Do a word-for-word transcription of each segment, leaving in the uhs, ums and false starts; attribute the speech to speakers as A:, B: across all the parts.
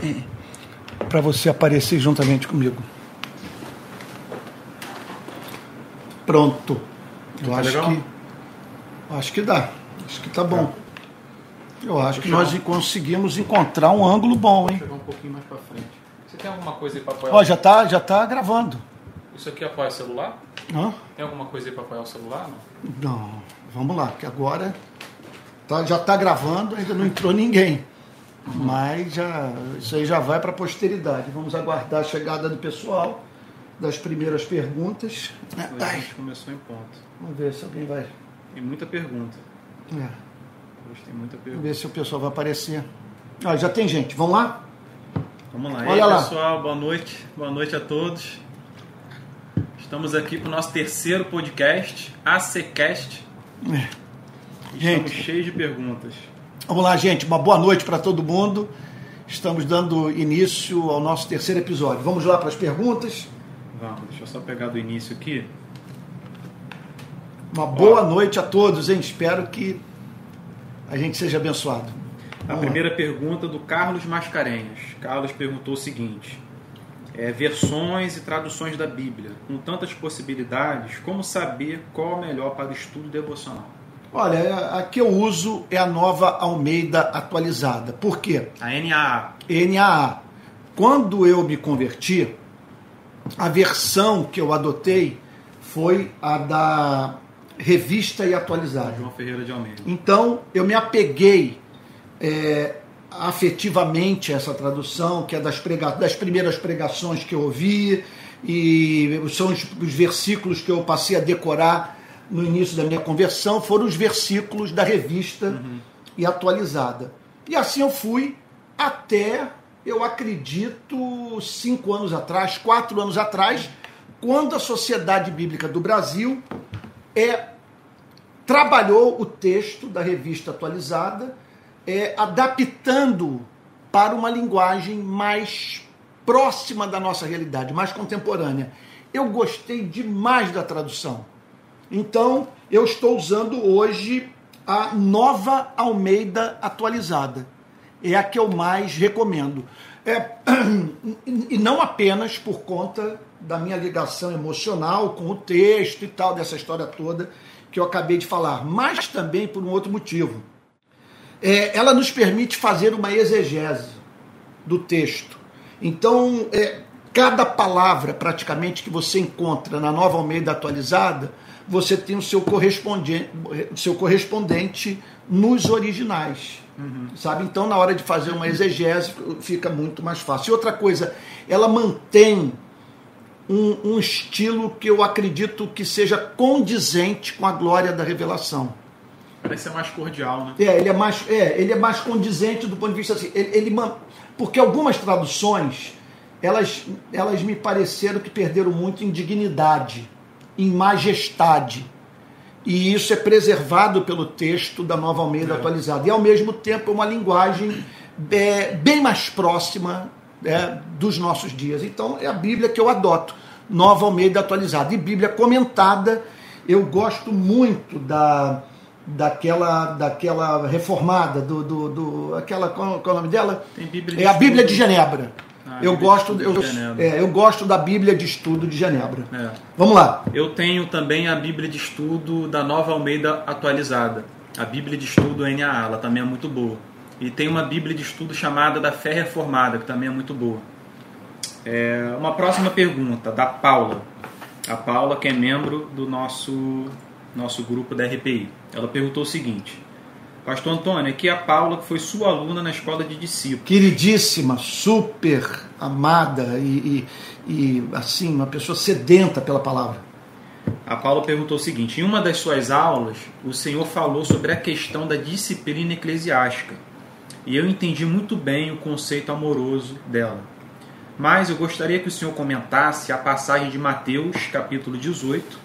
A: para você aparecer juntamente comigo. Pronto. Eu
B: Tá
A: acho
B: legal?
A: que acho que dá. Acho que tá bom. Eu acho que nós conseguimos encontrar um ângulo bom, hein?
B: Vou chegar um pouquinho mais para frente. Você tem alguma coisa aí para apoiar?
A: Ó, já tá, já tá gravando.
B: Isso aqui apoia o celular?
A: Hã?
B: Tem alguma coisa aí para apoiar o celular? Não?
A: Não, vamos lá, que agora tá, já tá gravando, ainda não entrou ninguém. Mas já, isso aí já vai para a posteridade. Vamos aguardar a chegada do pessoal, das primeiras perguntas.
B: Hoje a gente começou em ponto.
A: Vamos ver se alguém vai.
B: Tem muita pergunta.
A: É,
B: Hoje tem muita
A: vamos
B: pergunta.
A: ver se o pessoal vai aparecer. Ah, já tem gente, vamos lá?
B: Vamos lá.
A: Olha
B: E aí,
A: lá.
B: pessoal, boa noite. Boa noite a todos. Estamos aqui para o nosso terceiro podcast, ACCast.
A: É.
B: Estamos
A: Gente,
B: cheios de perguntas.
A: vamos lá, gente. Uma boa noite para todo mundo. Estamos dando início ao nosso terceiro episódio. Vamos lá para as perguntas.
B: Vamos, deixa eu só pegar do início aqui.
A: Uma boa noite a todos, hein? Espero que a gente seja abençoado.
B: A
A: Vamos
B: primeira pergunta do Carlos Mascarenhas. Carlos perguntou o seguinte: é, versões e traduções da Bíblia, com tantas possibilidades, como saber qual é melhor para o estudo devocional?
A: Olha, a que eu uso é a Nova Almeida atualizada. Por quê?
B: A N A A.
A: N A A. Quando eu me converti, a versão que eu adotei foi a da Revista e Atualizada.
B: João Ferreira de Almeida.
A: Então, eu me apeguei é, afetivamente a essa tradução, que é das, prega... das primeiras pregações que eu ouvi, e são os, os versículos que eu passei a decorar no início da minha conversão, foram os versículos da Revista uhum. e Atualizada. E assim eu fui até, eu acredito, cinco anos atrás, quatro anos atrás, quando a Sociedade Bíblica do Brasil é, trabalhou o texto da Revista Atualizada, é, adaptando para uma linguagem mais próxima da nossa realidade, mais contemporânea. Eu gostei demais da tradução. Então, eu estou usando hoje a Nova Almeida Atualizada. É a que eu mais recomendo. É, e não apenas por conta da minha ligação emocional com o texto e tal, dessa história toda que eu acabei de falar, mas também por um outro motivo. É, ela nos permite fazer uma exegese do texto. Então, é, cada palavra praticamente que você encontra na Nova Almeida Atualizada, você tem o seu correspondente, o seu correspondente nos originais. Uhum. Sabe? Então, na hora de fazer uma exegese, fica muito mais fácil. E outra coisa, ela mantém um, um estilo que eu acredito que seja condizente com a glória da revelação.
B: Parece ser mais cordial, né?
A: É, ele é mais, é, ele é mais condizente do ponto de vista assim. Ele, ele, porque algumas traduções, elas, elas me pareceram que perderam muito em dignidade, em majestade. E isso é preservado pelo texto da Nova Almeida é. Atualizada. E, ao mesmo tempo, é uma linguagem é, bem mais próxima é, dos nossos dias. Então, é a Bíblia que eu adoto, Nova Almeida Atualizada. E Bíblia comentada, eu gosto muito da, daquela, daquela reformada, do, do, do, aquela, qual, qual é o nome dela?
B: Tem Bíblia de
A: é a Bíblia
B: estudo.
A: de Genebra.
B: Ah,
A: eu, gosto, eu, é, eu gosto da Bíblia de Estudo de Genebra. É. Vamos lá.
B: Eu tenho também a Bíblia de Estudo da Nova Almeida Atualizada. A Bíblia de Estudo N A A, ela também é muito boa. E tem uma Bíblia de Estudo chamada da Fé Reformada, que também é muito boa. É, uma próxima pergunta, da Paula. A Paula, que é membro do nosso, nosso grupo da R P I. Ela perguntou o seguinte: Pastor Antônio, aqui é a Paula, que foi sua aluna na escola de discípulos.
A: Queridíssima, super amada e, e, e assim, uma pessoa sedenta pela palavra.
B: A Paula perguntou o seguinte: em uma das suas aulas, o senhor falou sobre a questão da disciplina eclesiástica. E eu entendi muito bem o conceito amoroso dela. Mas eu gostaria que o senhor comentasse a passagem de Mateus, capítulo dezoito,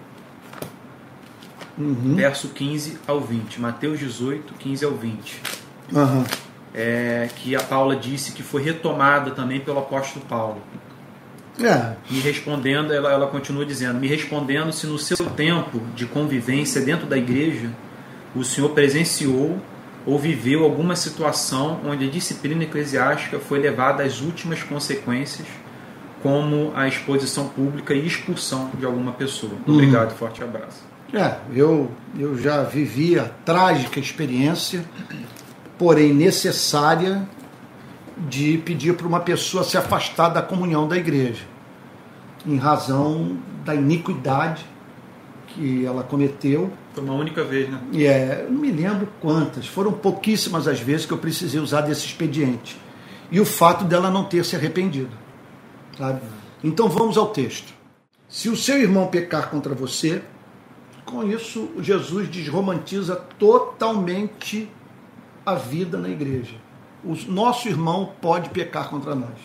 B: Uhum. verso quinze ao vinte. Mateus dezoito, quinze ao vinte.
A: Uhum.
B: É, que a Paula disse que foi retomada também pelo apóstolo Paulo.
A: É.
B: Me respondendo, ela, ela continua dizendo, me respondendo se no seu tempo de convivência dentro da igreja, o senhor presenciou ou viveu alguma situação onde a disciplina eclesiástica foi levada às últimas consequências, como a exposição pública e expulsão de alguma pessoa. Obrigado, hum. forte abraço.
A: É, eu, eu já vivi a trágica experiência, porém necessária, de pedir para uma pessoa se afastar da comunhão da igreja, em razão da iniquidade que ela cometeu.
B: Foi uma única vez, né?
A: E é, eu não me lembro quantas, foram pouquíssimas as vezes que eu precisei usar desse expediente. E o fato dela não ter se arrependido. Sabe? Então vamos ao texto. Se o seu irmão pecar contra você, com isso Jesus desromantiza totalmente a vida na igreja. O nosso irmão pode pecar contra nós.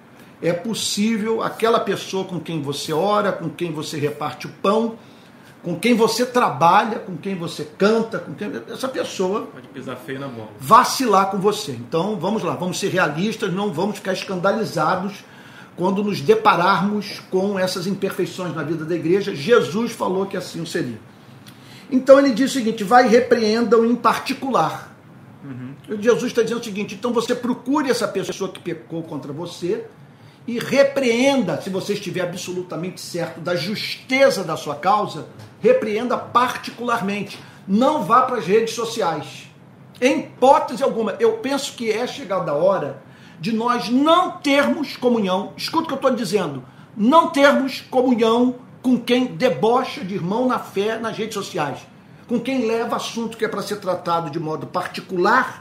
A: É possível aquela pessoa com quem você ora, com quem você reparte o pão, com quem você trabalha, com quem você canta, com quem essa pessoa
B: pode pisar feio na bola,
A: vacilar com você. Então vamos lá, vamos ser realistas, não vamos ficar escandalizados quando nos depararmos com essas imperfeições na vida da igreja. Jesus falou que assim seria. Então ele diz o seguinte: vai e repreendam em particular. Uhum. Jesus está dizendo o seguinte: então você procure essa pessoa que pecou contra você e repreenda, se você estiver absolutamente certo da justeza da sua causa, repreenda particularmente. Não vá para as redes sociais. Em hipótese alguma, eu penso que é chegada a hora de nós não termos comunhão, escuta o que eu estou dizendo, não termos comunhão com quem debocha de irmão na fé nas redes sociais, com quem leva assunto que é para ser tratado de modo particular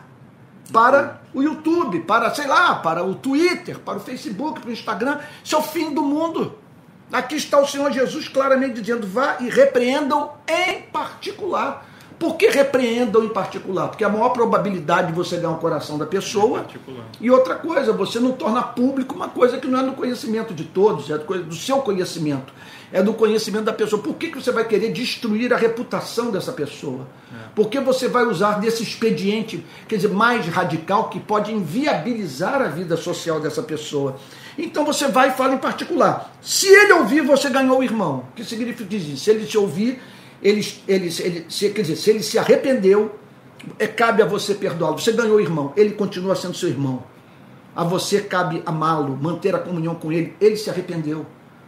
A: para o YouTube, para, sei lá, para o Twitter, para o Facebook, para o Instagram. Isso é o fim do mundo. Aqui está o Senhor Jesus claramente dizendo: vá e repreendam em particular. Por que repreendam em particular? Porque a maior probabilidade de você ganhar o coração da pessoa. E outra coisa, você não torna público uma coisa que não é do conhecimento de todos, é do seu conhecimento, é do conhecimento da pessoa. Por que, que você vai querer destruir a reputação dessa pessoa? É. Por que você vai usar desse expediente, quer dizer, mais radical, que pode inviabilizar a vida social dessa pessoa? Então você vai e fala em particular. Se ele ouvir, você ganhou o irmão. O que significa isso? Se ele te ouvir, ele, ele, ele, se, quer dizer, se ele se arrependeu, é, cabe a você perdoá-lo. Você ganhou o irmão, ele continua sendo seu irmão. A você cabe amá-lo, manter a comunhão com ele. Ele se arrependeu.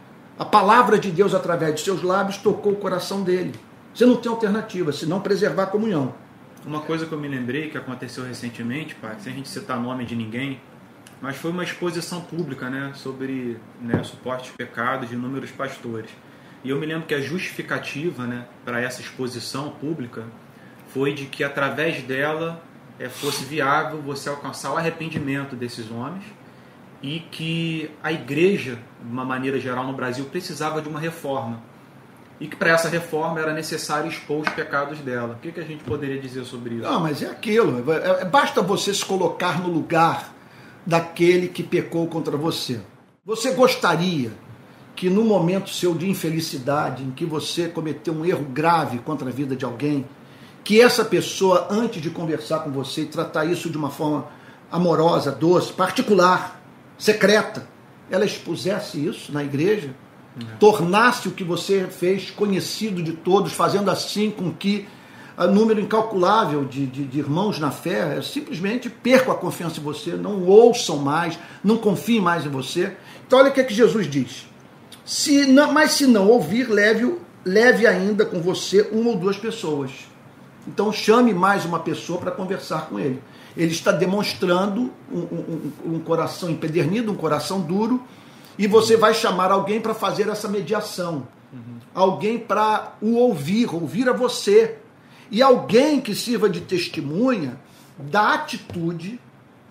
A: A palavra de Deus, através de seus lábios, tocou o coração dele. Você não tem alternativa, senão preservar a comunhão.
B: Uma coisa que eu me lembrei, que aconteceu recentemente, pai, sem a gente citar nome de ninguém, mas foi uma exposição pública, né, sobre, né, supostos pecados de inúmeros pastores. E eu me lembro que a justificativa, né, para essa exposição pública foi de que, através dela, é, fosse viável você alcançar o arrependimento desses homens, e que a igreja, de uma maneira geral no Brasil, precisava de uma reforma. E que para essa reforma era necessário expor os pecados dela. O que, que a gente poderia dizer sobre isso?
A: Não, mas é aquilo. É, basta você se colocar no lugar daquele que pecou contra você. Você gostaria que no momento seu de infelicidade, em que você cometeu um erro grave contra a vida de alguém, que essa pessoa, antes de conversar com você e tratar isso de uma forma amorosa, doce, particular, secreta, ela expusesse isso na igreja, é. tornasse o que você fez conhecido de todos, fazendo assim com que o número incalculável de, de, de irmãos na fé simplesmente percam a confiança em você, não ouçam mais, não confiem mais em você. Então olha o que é que Jesus diz: se não, mas se não ouvir, leve, leve ainda com você uma ou duas pessoas. Então chame mais uma pessoa para conversar com ele. Ele está demonstrando um, um, um coração empedernido, um coração duro, e você vai chamar alguém para fazer essa mediação. Uhum. Alguém para o ouvir, ouvir a você. E alguém que sirva de testemunha da atitude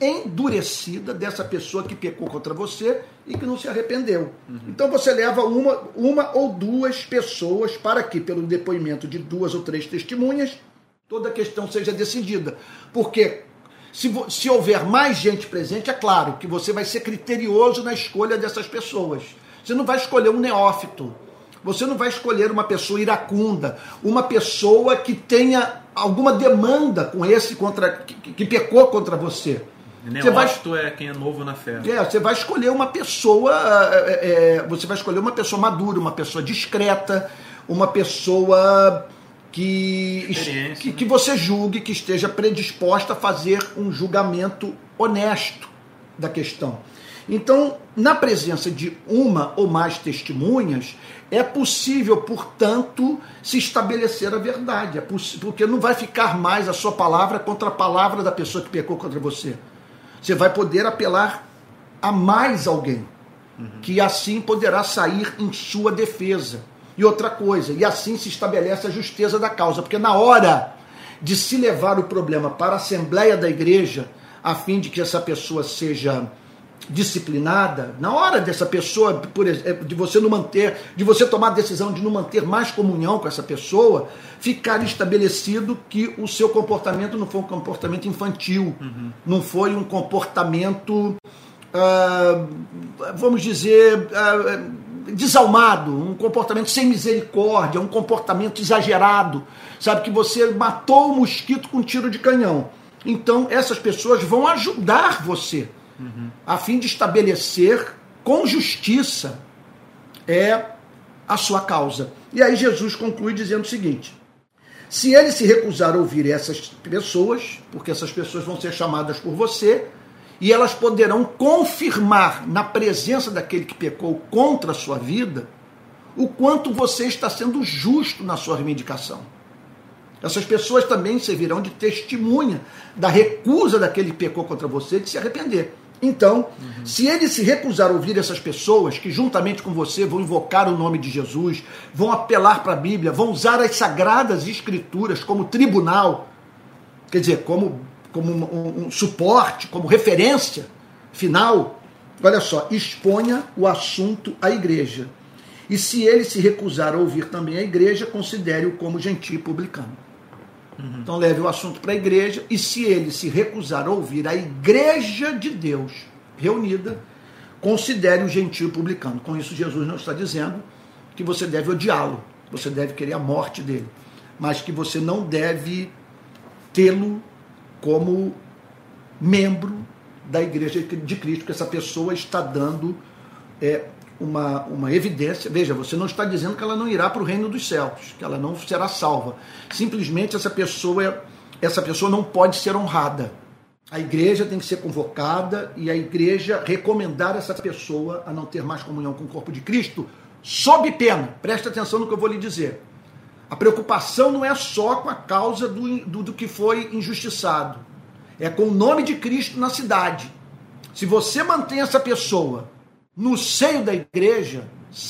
A: endurecida dessa pessoa que pecou contra você e que não se arrependeu. Uhum. Então você leva uma, uma ou duas pessoas para que, pelo depoimento de duas ou três testemunhas, toda a questão seja decidida. Porque se, se houver mais gente presente, é claro que você vai ser criterioso na escolha dessas pessoas. Você não vai escolher um neófito. Você não vai escolher uma pessoa iracunda, uma pessoa que tenha alguma demanda com esse contra, que, que pecou contra você.
B: Neófito é quem é novo na fé.
A: É, você vai escolher uma pessoa, é, é, você vai escolher uma pessoa madura, uma pessoa discreta, uma pessoa que, que, que você julgue, que esteja predisposta a fazer um julgamento honesto da questão. Então, na presença de uma ou mais testemunhas, é possível, portanto, se estabelecer a verdade, é porque não vai ficar mais a sua palavra contra a palavra da pessoa que pecou contra você. Você vai poder apelar a mais alguém, uhum. que assim poderá sair em sua defesa. E outra coisa, e assim se estabelece a justeza da causa, porque na hora de se levar o problema para a Assembleia da Igreja, a fim de que essa pessoa seja disciplinada, na hora dessa pessoa, por exemplo, de você não manter, de você tomar a decisão de não manter mais comunhão com essa pessoa, ficar estabelecido que o seu comportamento não foi um comportamento infantil, uhum. não foi um comportamento, uh, vamos dizer, uh, desalmado, um comportamento sem misericórdia, um comportamento exagerado, sabe, que você matou o mosquito com um tiro de canhão. Então essas pessoas vão ajudar você, uhum. a fim de estabelecer com justiça é a sua causa. E aí Jesus conclui dizendo o seguinte: se ele se recusar a ouvir essas pessoas, porque essas pessoas vão ser chamadas por você, e elas poderão confirmar na presença daquele que pecou contra a sua vida, o quanto você está sendo justo na sua reivindicação. Essas pessoas também servirão de testemunha da recusa daquele que pecou contra você de se arrepender. Então, uhum. se ele se recusar a ouvir essas pessoas que juntamente com você vão invocar o nome de Jesus, vão apelar para a Bíblia, vão usar as sagradas escrituras como tribunal, quer dizer, como, como um, um suporte, como referência final, olha só, exponha o assunto à igreja. E se ele se recusar a ouvir também a igreja, considere-o como gentio e publicano. Uhum. Então leve o assunto para a igreja, e se ele se recusar a ouvir a igreja de Deus reunida, considere o gentio publicano. Com isso Jesus não está dizendo que você deve odiá-lo, você deve querer a morte dele, mas que você não deve tê-lo como membro da igreja de Cristo, que essa pessoa está dando é, uma, uma evidência. Veja, você não está dizendo que ela não irá para o reino dos céus, que ela não será salva. Simplesmente essa pessoa, essa pessoa não pode ser honrada. A igreja tem que ser convocada e a igreja recomendar essa pessoa a não ter mais comunhão com o corpo de Cristo, sob pena. Preste atenção no que eu vou lhe dizer. A preocupação não é só com a causa do, do, do que foi injustiçado. É com o nome de Cristo na cidade. Se você mantém essa pessoa no seio da igreja,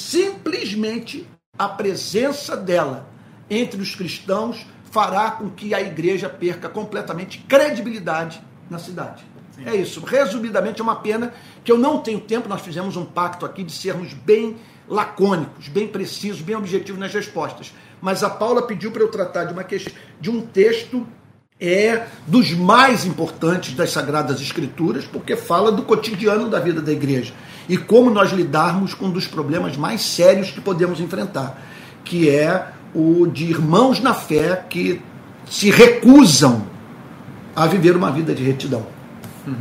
A: simplesmente a presença dela entre os cristãos fará com que a igreja perca completamente credibilidade na cidade. Sim. É isso. Resumidamente, é uma pena que eu não tenho tempo. Nós fizemos um pacto aqui de sermos bem lacônicos, bem precisos, bem objetivos nas respostas. Mas a Paula pediu para eu tratar de, uma questão, de um texto é dos mais importantes das Sagradas Escrituras, porque fala do cotidiano da vida da igreja e como nós lidarmos com um dos problemas mais sérios que podemos enfrentar, que é o de irmãos na fé que se recusam a viver uma vida de retidão.
B: Uhum.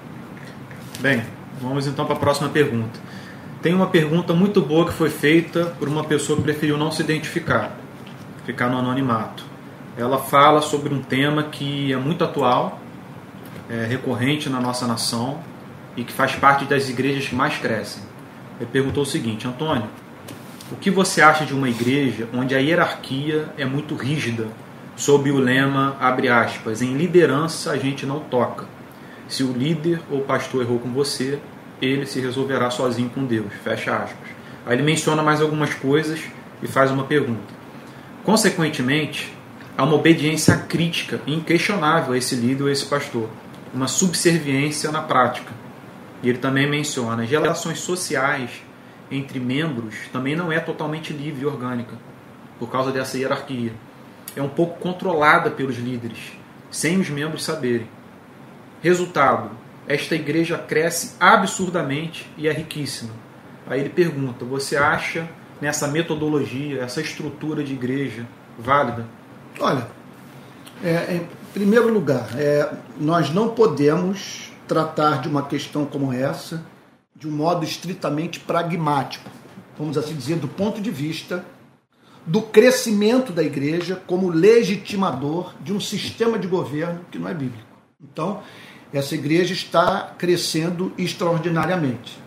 B: Bem, vamos então para a próxima pergunta. Tem uma pergunta muito boa que foi feita por uma pessoa que preferiu não se identificar, ficar no anonimato. Ela fala sobre um tema que é muito atual, é recorrente na nossa nação e que faz parte das igrejas que mais crescem. Ele perguntou o seguinte: Antônio, o que você acha de uma igreja onde a hierarquia é muito rígida, sob o lema, abre aspas, em liderança a gente não toca. Se o líder ou pastor errou com você, ele se resolverá sozinho com Deus, fecha aspas. Aí ele menciona mais algumas coisas e faz uma pergunta. Consequentemente, há uma obediência crítica e inquestionável a esse líder ou a esse pastor, uma subserviência na prática. E ele também menciona as relações sociais entre membros também não é totalmente livre e orgânica, por causa dessa hierarquia. É um pouco controlada pelos líderes, sem os membros saberem. Resultado, esta igreja cresce absurdamente e é riquíssima. Aí ele pergunta, você acha nessa metodologia, essa estrutura de igreja válida?
A: Olha, é, em primeiro lugar, é, nós não podemos tratar de uma questão como essa de um modo estritamente pragmático, vamos assim dizer, do ponto de vista do crescimento da igreja como legitimador de um sistema de governo que não é bíblico. Então, essa igreja está crescendo extraordinariamente.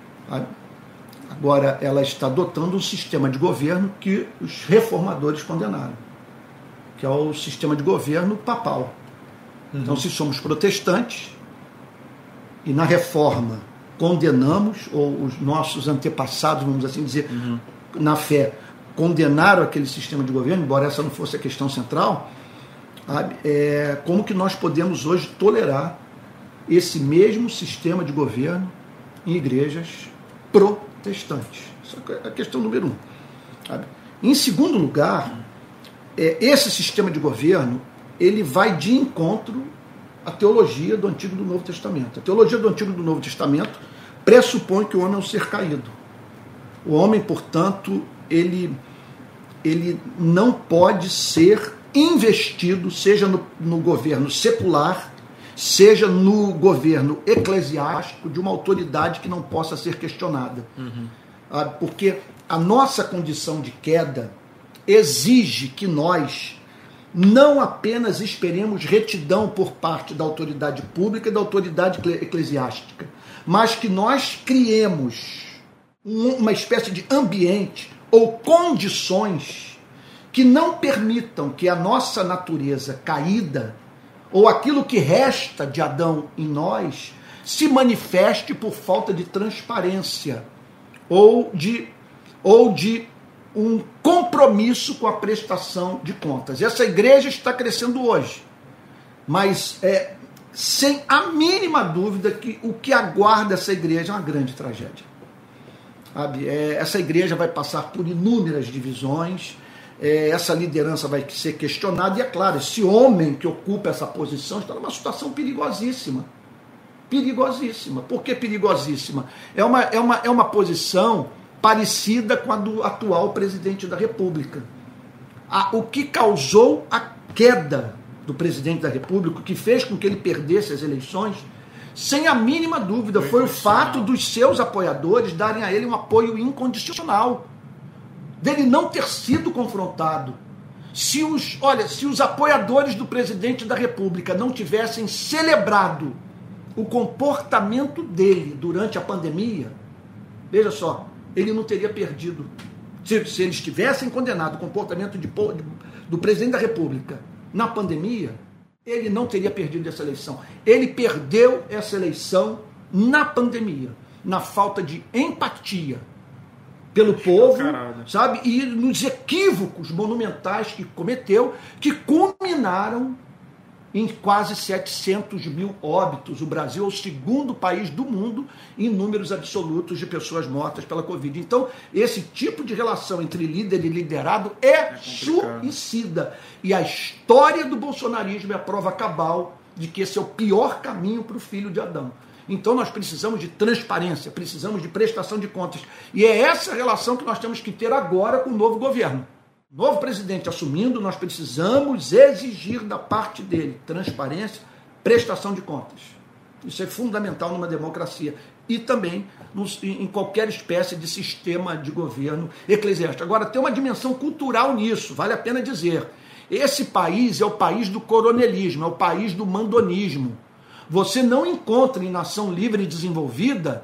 A: Agora, ela está adotando um sistema de governo que os reformadores condenaram, que é o sistema de governo papal. Uhum. Então, se somos protestantes e na reforma condenamos, ou os nossos antepassados, vamos assim dizer, uhum. na fé, condenaram aquele sistema de governo, embora essa não fosse a questão central, é, como que nós podemos hoje tolerar esse mesmo sistema de governo em igrejas protestantes? Essa é a questão número um. Sabe? Em segundo lugar, é, esse sistema de governo ele vai de encontro à teologia do Antigo e do Novo Testamento. A teologia do Antigo e do Novo Testamento pressupõe que o homem é um ser caído. O homem, portanto, ele, ele não pode ser investido, seja no, no governo secular, seja no governo eclesiástico, de uma autoridade que não possa ser questionada. Uhum. Ah, porque a nossa condição de queda exige que nós não apenas esperemos retidão por parte da autoridade pública e da autoridade eclesiástica, mas que nós criemos uma espécie de ambiente ou condições que não permitam que a nossa natureza caída ou aquilo que resta de Adão em nós se manifeste por falta de transparência ou de, ou de um compromisso com a prestação de contas. Essa igreja está crescendo hoje, mas é, sem a mínima dúvida que o que aguarda essa igreja é uma grande tragédia. Sabe? É, essa igreja vai passar por inúmeras divisões, é, essa liderança vai ser questionada, e é claro, esse homem que ocupa essa posição está numa situação perigosíssima. Perigosíssima. Por que perigosíssima? É uma, é uma, é uma posição parecida com a do atual presidente da República. A, o que causou a queda do presidente da República, o que fez com que ele perdesse as eleições, sem a mínima dúvida, foi o fato dos seus apoiadores darem a ele um apoio incondicional, dele não ter sido confrontado. Se os, olha, se os apoiadores do presidente da República não tivessem celebrado o comportamento dele durante a pandemia, veja só, ele não teria perdido. Se, se eles tivessem condenado o comportamento de, de, do presidente da República na pandemia, ele não teria perdido essa eleição. Ele perdeu essa eleição na pandemia, na falta de empatia pelo povo, sabe? E nos equívocos monumentais que cometeu, que culminaram em quase setecentos mil óbitos. O Brasil é o segundo país do mundo em números absolutos de pessoas mortas pela Covid. Então, esse tipo de relação entre líder e liderado é, é suicida. E a história do bolsonarismo é a prova cabal de que esse é o pior caminho para o filho de Adão. Então, nós precisamos de transparência, precisamos de prestação de contas. E é essa relação que nós temos que ter agora com o novo governo. Novo presidente assumindo, nós precisamos exigir da parte dele transparência, prestação de contas. Isso é fundamental numa democracia e também nos, em qualquer espécie de sistema de governo eclesiástico. Agora, tem uma dimensão cultural nisso, vale a pena dizer. Esse país é o país do coronelismo, é o país do mandonismo. Você não encontra em nação livre e desenvolvida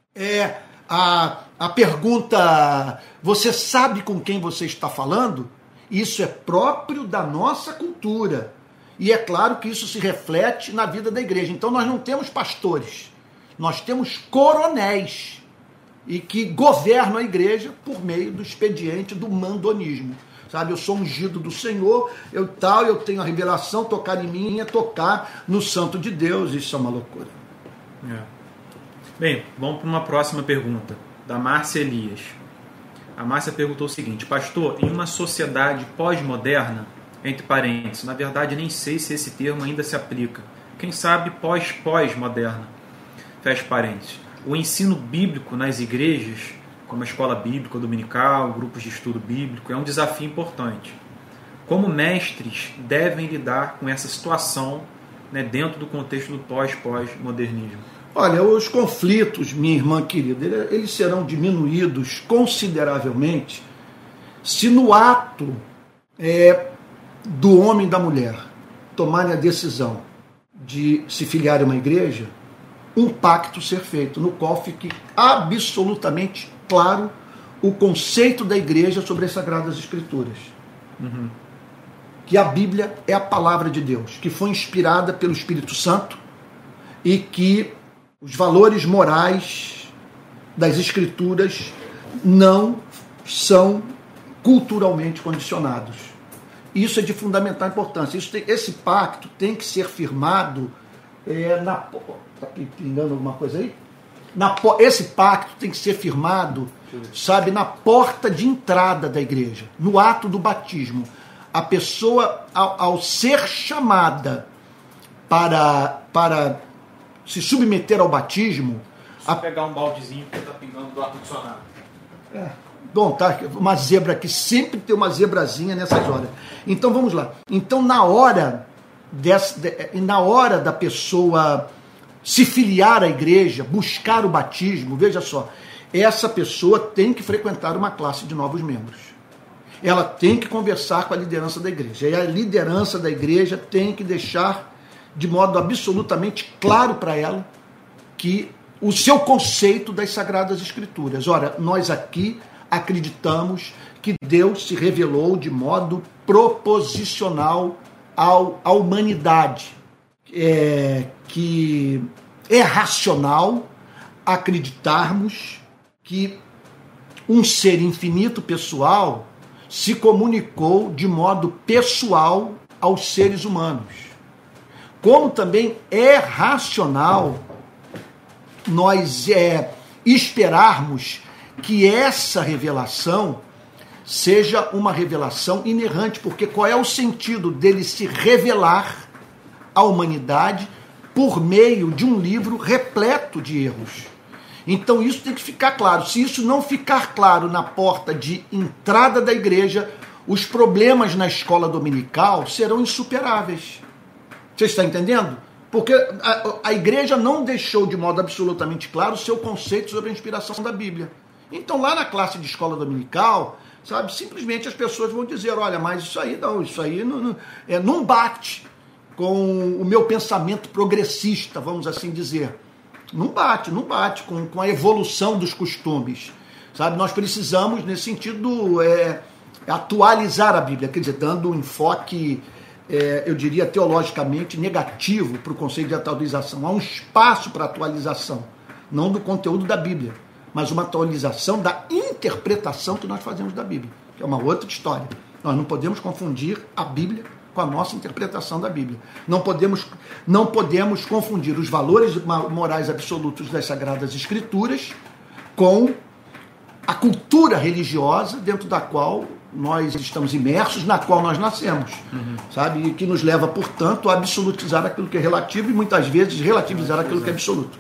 A: é, a... A pergunta, você sabe com quem você está falando? Isso é próprio da nossa cultura. E é claro que isso se reflete na vida da igreja. Então nós não temos pastores, nós temos coronéis, e que governam a igreja por meio do expediente do mandonismo. Sabe, eu sou ungido do Senhor, eu tal, eu tenho a revelação, tocar em mim é tocar no santo de Deus. Isso é uma loucura.
B: É. Bem, vamos para uma próxima pergunta. Da Márcia Elias. A Márcia perguntou o seguinte: pastor, em uma sociedade pós-moderna, entre parênteses, na verdade nem sei se esse termo ainda se aplica, quem sabe pós-pós-moderna, fecha parênteses, o ensino bíblico nas igrejas, como a escola bíblica dominical, grupos de estudo bíblico, é um desafio importante. Como mestres devem lidar com essa situação, né, dentro do contexto do pós-pós-modernismo?
A: Olha, os conflitos, minha irmã querida, eles serão diminuídos consideravelmente Se no ato é, do homem e da mulher tomarem a decisão de se filiar a uma igreja, um pacto ser feito, no qual fique absolutamente claro o conceito da igreja sobre as Sagradas Escrituras. Uhum. Que a Bíblia é a palavra de Deus, que foi inspirada pelo Espírito Santo e que os valores morais das Escrituras não são culturalmente condicionados. Isso é de fundamental importância. Isso tem, esse pacto tem que ser firmado é, na... Está pingando alguma coisa aí? Na, esse pacto tem que ser firmado, sabe, na porta de entrada da igreja, no ato do batismo. A pessoa, ao, ao ser chamada para, para se submeter ao batismo...
B: Só a... pegar um baldezinho que está pingando do ar-condicionado.
A: É. Bom, tá, uma zebra aqui, sempre tem uma zebrazinha nessas horas. Então vamos lá. Então na hora, dessa, de, na hora da pessoa se filiar à igreja, buscar o batismo, veja só, essa pessoa tem que frequentar uma classe de novos membros. Ela tem que conversar com a liderança da igreja. E a liderança da igreja tem que deixar de modo absolutamente claro para ela que o seu conceito das Sagradas Escrituras. Ora, nós aqui acreditamos que Deus se revelou de modo proposicional ao, à humanidade, é, que é racional acreditarmos que um ser infinito pessoal se comunicou de modo pessoal aos seres humanos. Como também é racional nós é, esperarmos que essa revelação seja uma revelação inerrante, porque qual é o sentido dele se revelar à humanidade por meio de um livro repleto de erros? Então isso tem que ficar claro. Se isso não ficar claro na porta de entrada da igreja, os problemas na escola dominical serão insuperáveis. Você está entendendo? Porque a, a igreja não deixou de modo absolutamente claro o seu conceito sobre a inspiração da Bíblia. Então lá na classe de escola dominical, sabe, simplesmente as pessoas vão dizer, olha, mas isso aí não, isso aí não, não, é, não bate com o meu pensamento progressista, vamos assim dizer. Não bate, não bate com, com a evolução dos costumes. Sabe, nós precisamos, nesse sentido, é, atualizar a Bíblia, quer dizer, dando um enfoque, é, eu diria, teologicamente negativo para o conceito de atualização. Há um espaço para atualização, não do conteúdo da Bíblia, mas uma atualização da interpretação que nós fazemos da Bíblia, que é uma outra história. Nós não podemos confundir a Bíblia com a nossa interpretação da Bíblia. Não podemos, não podemos confundir os valores morais absolutos das Sagradas Escrituras com a cultura religiosa dentro da qual nós estamos imersos, na qual nós nascemos, uhum. sabe? E que nos leva, portanto, a absolutizar aquilo que é relativo e muitas vezes relativizar aquilo que é absoluto.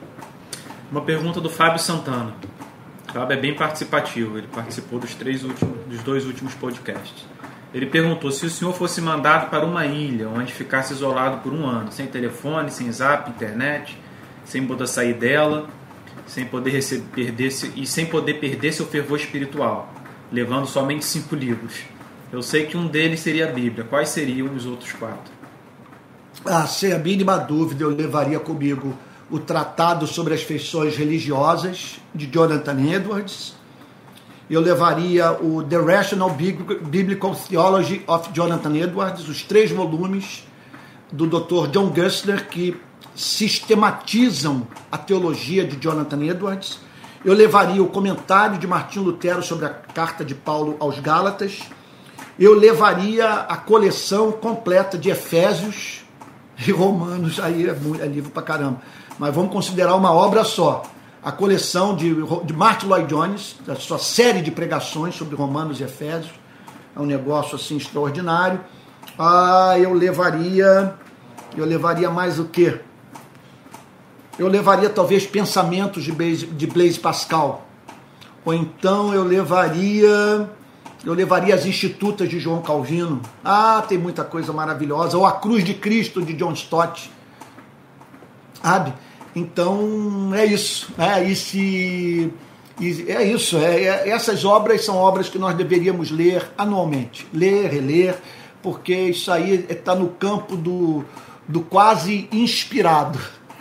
B: Uma pergunta do Fábio Santana. O Fábio é bem participativo, ele participou dos, três últimos, dos dois últimos podcasts. Ele perguntou se o senhor fosse mandado para uma ilha onde ficasse isolado por um ano, sem telefone, sem zap, internet, sem poder sair dela, sem poder receber, perder, e sem poder perder seu fervor espiritual, levando somente cinco livros. Eu sei que um deles seria a Bíblia. Quais seriam os outros quatro?
A: Ah, sem a mínima dúvida, eu levaria comigo o Tratado sobre as Feições Religiosas, de Jonathan Edwards. Eu levaria o The Rational Biblical Theology of Jonathan Edwards, os três volumes do doutor John Gerstner, que sistematizam a teologia de Jonathan Edwards. Eu levaria o comentário de Martinho Lutero sobre a carta de Paulo aos Gálatas. Eu levaria a coleção completa de Efésios e Romanos, aí é, muito, é livro pra caramba. Mas vamos considerar uma obra só. A coleção de, de Martin Lloyd-Jones, a sua série de pregações sobre Romanos e Efésios. É um negócio assim extraordinário. Ah, eu levaria... Eu levaria mais o quê? Eu levaria talvez Pensamentos de Blaise, de Blaise Pascal. Ou então eu levaria... Eu levaria As Institutas de João Calvino. Ah, tem muita coisa maravilhosa. Ou A Cruz de Cristo, de John Stott. Sabe? Então, é isso. Né? E, se, E é isso, é, é, essas obras são obras que nós deveríamos ler anualmente, ler, reler, porque isso aí está no campo do, do quase inspirado.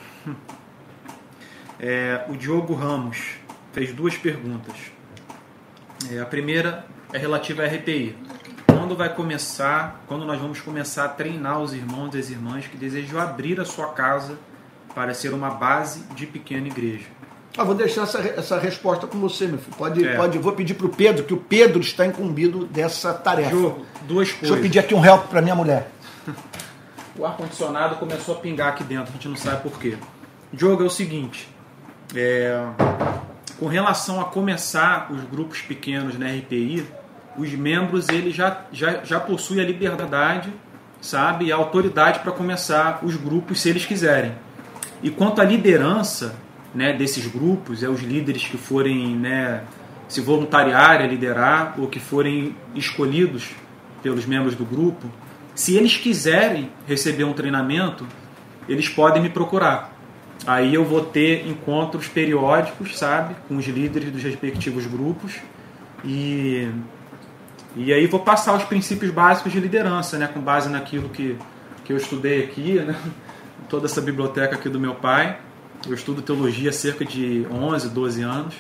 B: É, o Diogo Ramos fez duas perguntas. É, a primeira é relativa à R P I. Quando vai começar, quando nós vamos começar a treinar os irmãos e as irmãs que desejam abrir a sua casa para ser uma base de pequena igreja?
A: Ah, vou deixar essa, essa resposta com você, meu filho. Pode,
B: é.
A: pode, vou pedir para o Pedro, que o Pedro está incumbido dessa tarefa.
B: Diogo, duas coisas.
A: Deixa eu pedir aqui um help para minha mulher.
B: O ar-condicionado começou a pingar aqui dentro, a gente não sabe por quê. Diogo, é o seguinte, é, com relação a começar os grupos pequenos na R P I, os membros eles já, já, já possuem a liberdade, sabe, e a autoridade para começar os grupos se eles quiserem. E quanto à liderança, né, desses grupos, é os líderes que forem, né, se voluntariarem a liderar ou que forem escolhidos pelos membros do grupo, se eles quiserem receber um treinamento, eles podem me procurar. Aí eu vou ter encontros periódicos, sabe, com os líderes dos respectivos grupos e, e aí vou passar os princípios básicos de liderança, né, com base naquilo que, que eu estudei aqui, né, toda essa biblioteca aqui do meu pai. Eu estudo teologia há cerca de onze, doze anos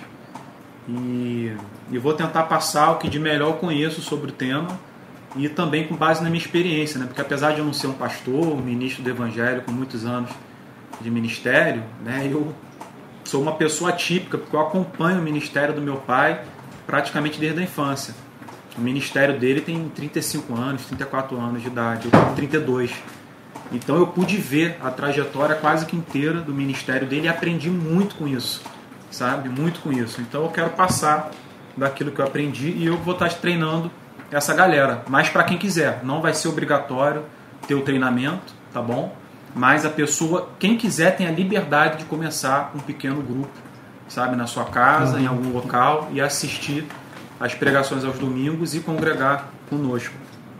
B: e, e vou tentar passar o que de melhor eu conheço sobre o tema e também com base na minha experiência, né? Porque apesar de eu não ser um pastor, um ministro do evangelho com muitos anos de ministério, né? Eu sou uma pessoa atípica porque eu acompanho o ministério do meu pai praticamente desde a infância. O ministério dele tem trinta e cinco anos, trinta e quatro anos de idade, eu tenho trinta e dois. Então eu pude ver a trajetória quase que inteira do ministério dele e aprendi muito com isso, sabe? Muito com isso. Então eu quero passar daquilo que eu aprendi e eu vou estar treinando essa galera. Mas para quem quiser, não vai ser obrigatório ter o treinamento, tá bom? Mas a pessoa, quem quiser, tem a liberdade de começar um pequeno grupo, sabe? Na sua casa, uhum. em algum local e assistir às pregações aos domingos e congregar conosco.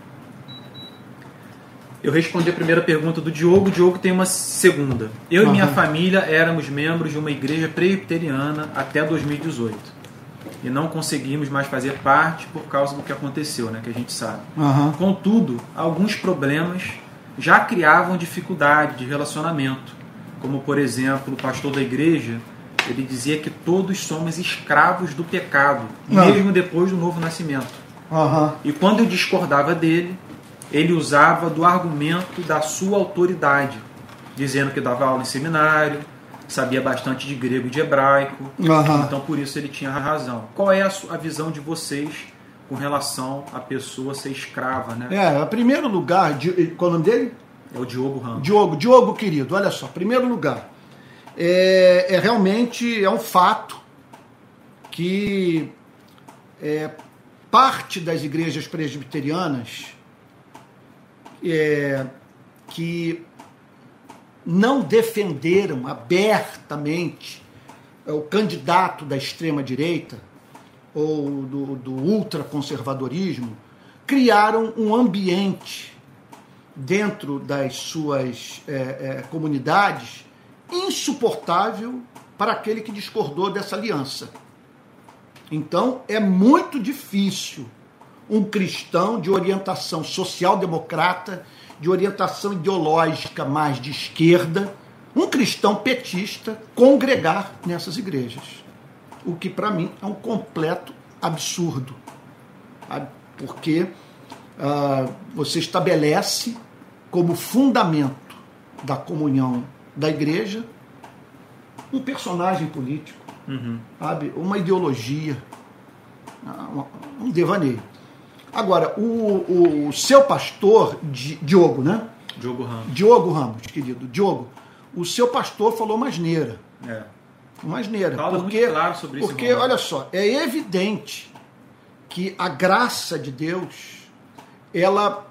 B: Eu respondi a primeira pergunta do Diogo, o Diogo tem uma segunda. Eu uhum. e minha família éramos membros de uma igreja presbiteriana até dois mil e dezoito. E não conseguimos mais fazer parte por causa do que aconteceu, né, que a gente sabe. Uhum. Contudo, alguns problemas já criavam dificuldade de relacionamento. Como, por exemplo, o pastor da igreja, ele dizia que todos somos escravos do pecado, uhum. mesmo depois do novo nascimento. Uhum. E quando eu discordava dele, ele usava do argumento da sua autoridade, dizendo que dava aula em seminário, sabia bastante de grego e de hebraico, uhum. então por isso ele tinha razão. Qual é a, a visão de vocês com relação à pessoa ser escrava, né?
A: É, em primeiro lugar, qual é o nome dele?
B: É o Diogo Ramos.
A: Diogo, Diogo querido, olha só, primeiro lugar, é, é realmente é um fato que é, parte das igrejas presbiterianas É, que não defenderam abertamente o candidato da extrema-direita ou do, do ultraconservadorismo, criaram um ambiente dentro das suas é, é, comunidades insuportável para aquele que discordou dessa aliança. Então, é muito difícil um cristão de orientação social-democrata, de orientação ideológica mais de esquerda, um cristão petista, congregar nessas igrejas. O que, para mim, é um completo absurdo. Sabe? Porque uh, você estabelece como fundamento da comunhão da igreja um personagem político, uhum. sabe? Uma ideologia, um devaneio. Agora, o, o seu pastor, Diogo, né?
B: Diogo Ramos.
A: Diogo Ramos, querido. Diogo, o seu pastor falou uma asneira.
B: É.
A: Uma asneira.
B: Fala
A: porque,
B: muito claro sobre isso.
A: Porque,
B: irmão.
A: olha só, é evidente que a graça de Deus, ela,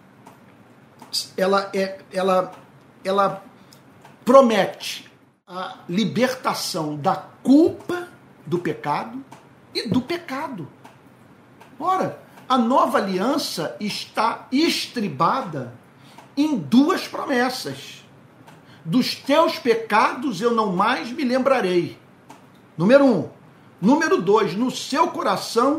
A: ela, é, ela, ela promete a libertação da culpa do pecado e do pecado. Ora, a nova aliança está estribada em duas promessas. Dos teus pecados eu não mais me lembrarei. Número um, Número dois, no seu coração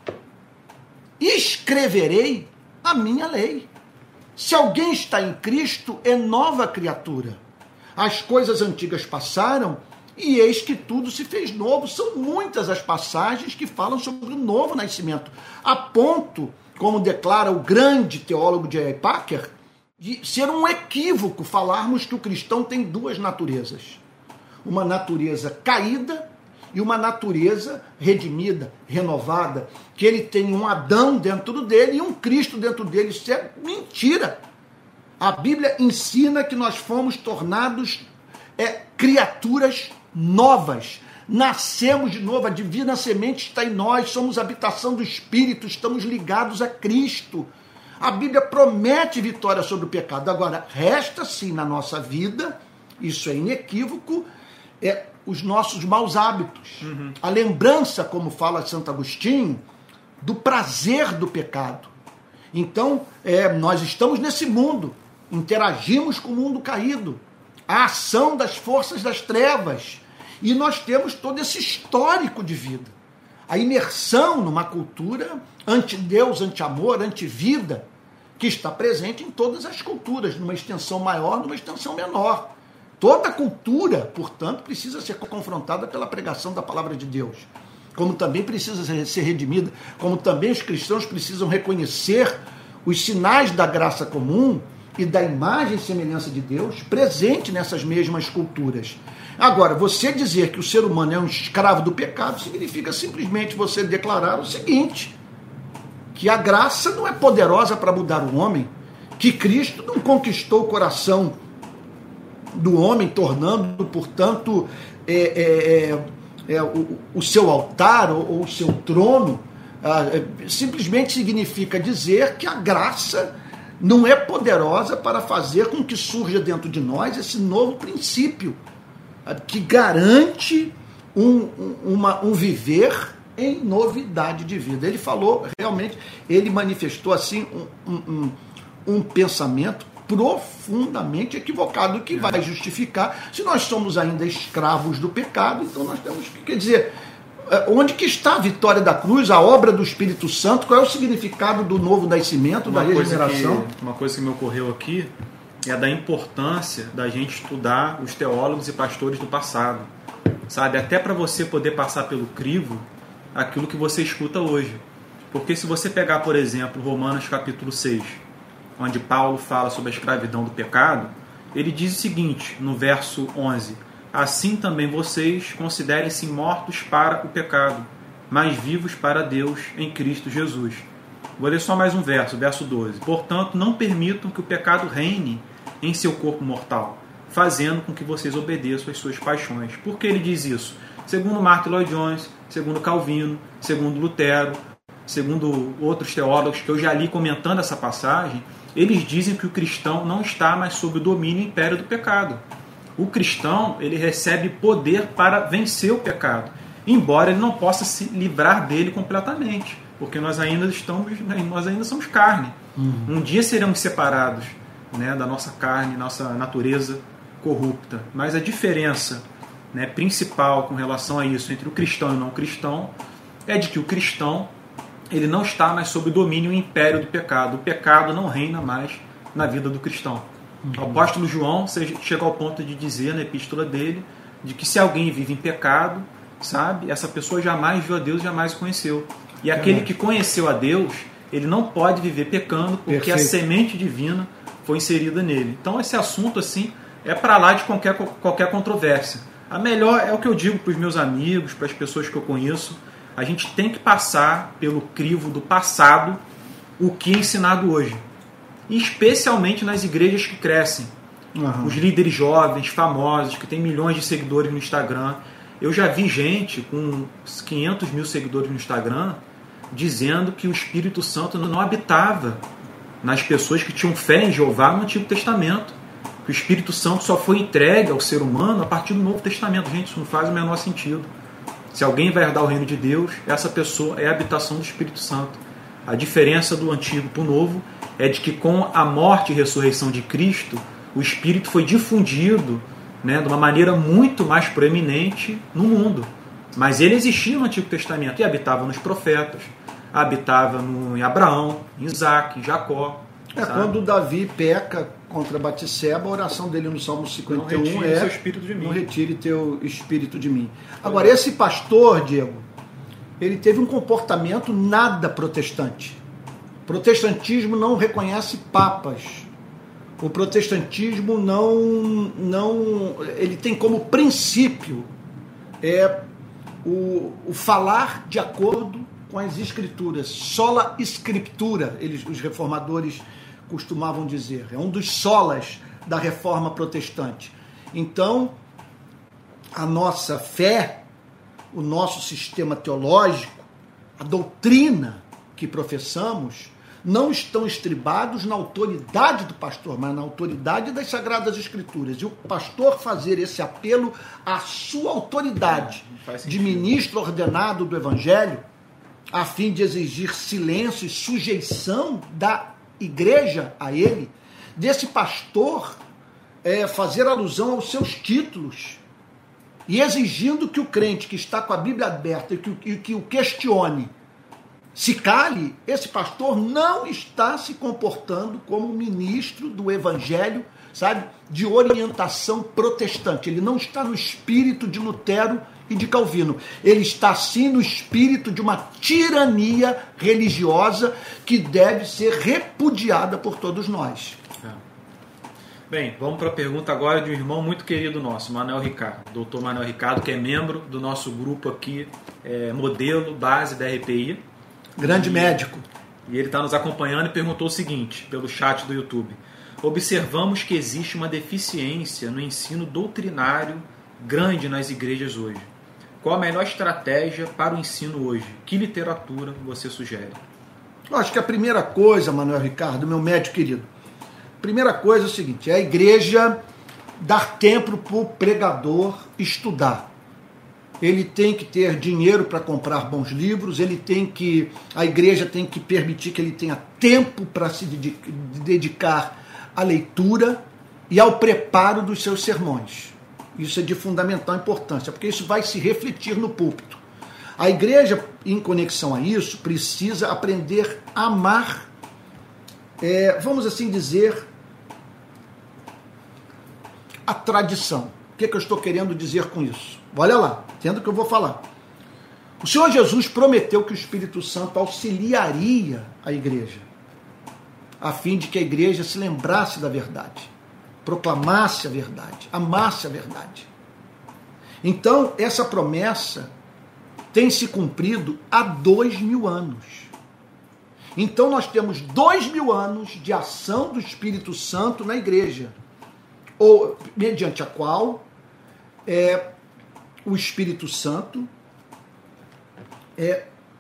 A: escreverei a minha lei. Se alguém está em Cristo, é nova criatura. As coisas antigas passaram e eis que tudo se fez novo. São muitas as passagens que falam sobre o novo nascimento, a ponto, como declara o grande teólogo J I Packer, de ser um equívoco falarmos que o cristão tem duas naturezas. Uma natureza caída e uma natureza redimida, renovada, que ele tem um Adão dentro dele e um Cristo dentro dele. Isso é mentira. A Bíblia ensina que nós fomos tornados é, criaturas novas. Nascemos de novo, a divina semente está em nós, somos habitação do Espírito, estamos ligados a Cristo. A Bíblia promete vitória sobre o pecado. Agora, resta sim na nossa vida, isso é inequívoco, é os nossos maus hábitos. Uhum. A lembrança, como fala Santo Agostinho, do prazer do pecado. Então, é, nós estamos nesse mundo, interagimos com o mundo caído, a ação das forças das trevas, e nós temos todo esse histórico de vida. A imersão numa cultura anti-Deus, anti-amor, anti-vida, que está presente em todas as culturas, numa extensão maior, numa extensão menor. Toda cultura, portanto, precisa ser confrontada pela pregação da palavra de Deus, como também precisa ser redimida, como também os cristãos precisam reconhecer os sinais da graça comum e da imagem e semelhança de Deus presente nessas mesmas culturas. Agora, você dizer que o ser humano é um escravo do pecado significa simplesmente você declarar o seguinte, que a graça não é poderosa para mudar o homem, que Cristo não conquistou o coração do homem, tornando, portanto, é, é, é, é, o, o seu altar ou, ou o seu trono. Ah, é, simplesmente significa dizer que a graça não é poderosa para fazer com que surja dentro de nós esse novo princípio, que garante um, uma, um viver em novidade de vida. Ele falou, realmente, ele manifestou assim um, um, um pensamento profundamente equivocado, que vai justificar, se nós somos ainda escravos do pecado, então nós temos que, quer dizer, onde que está a vitória da cruz, a obra do Espírito Santo, qual é o significado do novo nascimento, uma da regeneração?
B: Coisa que, uma coisa que me ocorreu aqui é da importância da gente estudar os teólogos e pastores do passado, sabe? Até para você poder passar pelo crivo aquilo que você escuta hoje. Porque se você pegar, por exemplo, Romanos capítulo seis, onde Paulo fala sobre a escravidão do pecado, ele diz o seguinte, no verso onze, assim também vocês considerem-se mortos para o pecado, mas vivos para Deus em Cristo Jesus. Vou ler só mais um verso, verso doze. Portanto, não permitam que o pecado reine em seu corpo mortal, fazendo com que vocês obedeçam às suas paixões. Por que ele diz isso? Segundo Martin Lloyd Jones, segundo Calvino, segundo Lutero, segundo outros teólogos que eu já li comentando essa passagem, eles dizem que o cristão não está mais sob o domínio e império do pecado. O cristão, ele recebe poder para vencer o pecado, embora ele não possa se livrar dele completamente, porque nós ainda estamos, nós ainda somos carne. Uhum. Um dia seremos separados, né, da nossa carne, nossa natureza corrupta. Mas a diferença, né, principal com relação a isso entre o cristão e o não cristão é de que o cristão ele não está mais sob o domínio e império do pecado. O pecado não reina mais na vida do cristão. Uhum. O apóstolo João chega ao ponto de dizer na epístola dele de que se alguém vive em pecado, sabe, essa pessoa jamais viu a Deus, jamais o conheceu. E aquele que conheceu a Deus, ele não pode viver pecando porque Perfeito. A semente divina foi inserida nele. Então esse assunto assim é para lá de qualquer, qualquer controvérsia. A melhor é o que eu digo para os meus amigos, para as pessoas que eu conheço, a gente tem que passar pelo crivo do passado o que é ensinado hoje. E especialmente nas igrejas que crescem. Uhum. Os líderes jovens, famosos, que têm milhões de seguidores no Instagram. Eu já vi gente com quinhentos mil seguidores no Instagram dizendo que o Espírito Santo não habitava nas pessoas que tinham fé em Jeová no Antigo Testamento. Que o Espírito Santo só foi entregue ao ser humano a partir do Novo Testamento. Gente, isso não faz o menor sentido. Se alguém vai herdar o reino de Deus, essa pessoa é a habitação do Espírito Santo. A diferença do Antigo para o Novo é de que com a morte e ressurreição de Cristo, o Espírito foi difundido, né, de uma maneira muito mais proeminente no mundo. Mas ele existia no Antigo Testamento e habitava nos profetas, habitava no, em Abraão, em Isaac, em Jacó.
A: É, sabe? Quando Davi peca contra Batseba, a oração dele no Salmo cinquenta e um
B: não retire
A: é
B: seu espírito de mim.
A: Não retire teu espírito de mim. Agora, esse pastor, Diego, ele teve um comportamento nada protestante. O protestantismo não reconhece papas. O protestantismo não, não ele tem como princípio é, o, o falar de acordo com as escrituras. Sola scriptura, eles, os reformadores costumavam dizer. É um dos solas da reforma protestante. Então, a nossa fé, o nosso sistema teológico, a doutrina que professamos, não estão estribados na autoridade do pastor, mas na autoridade das Sagradas Escrituras. E o pastor fazer esse apelo à sua autoridade de ministro ordenado do Evangelho, a fim de exigir silêncio e sujeição da igreja a ele, desse pastor é, fazer alusão aos seus títulos e exigindo que o crente que está com a Bíblia aberta e que, e que o questione se cale, esse pastor não está se comportando como ministro do Evangelho, sabe, de orientação protestante. Ele não está no espírito de Lutero e de Calvino. Ele está sim no espírito de uma tirania religiosa que deve ser repudiada por todos nós.
B: É. Bem, vamos para a pergunta agora de um irmão muito querido nosso, Manuel Ricardo, doutor Manuel Ricardo, que é membro do nosso grupo aqui, é, modelo, base da R P I.
A: Grande
B: e,
A: médico.
B: E ele está nos acompanhando e perguntou o seguinte, pelo chat do YouTube. Observamos que existe uma deficiência no ensino doutrinário grande nas igrejas hoje. Qual a melhor estratégia para o ensino hoje? Que literatura você sugere?
A: Eu acho que a primeira coisa, Manuel Ricardo, meu médico querido, primeira coisa é o seguinte, é a igreja dar tempo para o pregador estudar. Ele tem que ter dinheiro para comprar bons livros, ele tem que, a igreja tem que permitir que ele tenha tempo para se dedicar à leitura e ao preparo dos seus sermões. Isso é de fundamental importância, porque isso vai se refletir no púlpito. A igreja, em conexão a isso, precisa aprender a amar, é, vamos assim dizer, a tradição. O que, é que eu estou querendo dizer com isso? Olha lá, entenda o que eu vou falar. O Senhor Jesus prometeu que o Espírito Santo auxiliaria a igreja, a fim de que a igreja se lembrasse da verdade, proclamasse a verdade, amasse a verdade. Então, essa promessa tem se cumprido há dois mil anos. Então, nós temos dois mil anos de ação do Espírito Santo na igreja, ou mediante a qual é, o Espírito Santo é,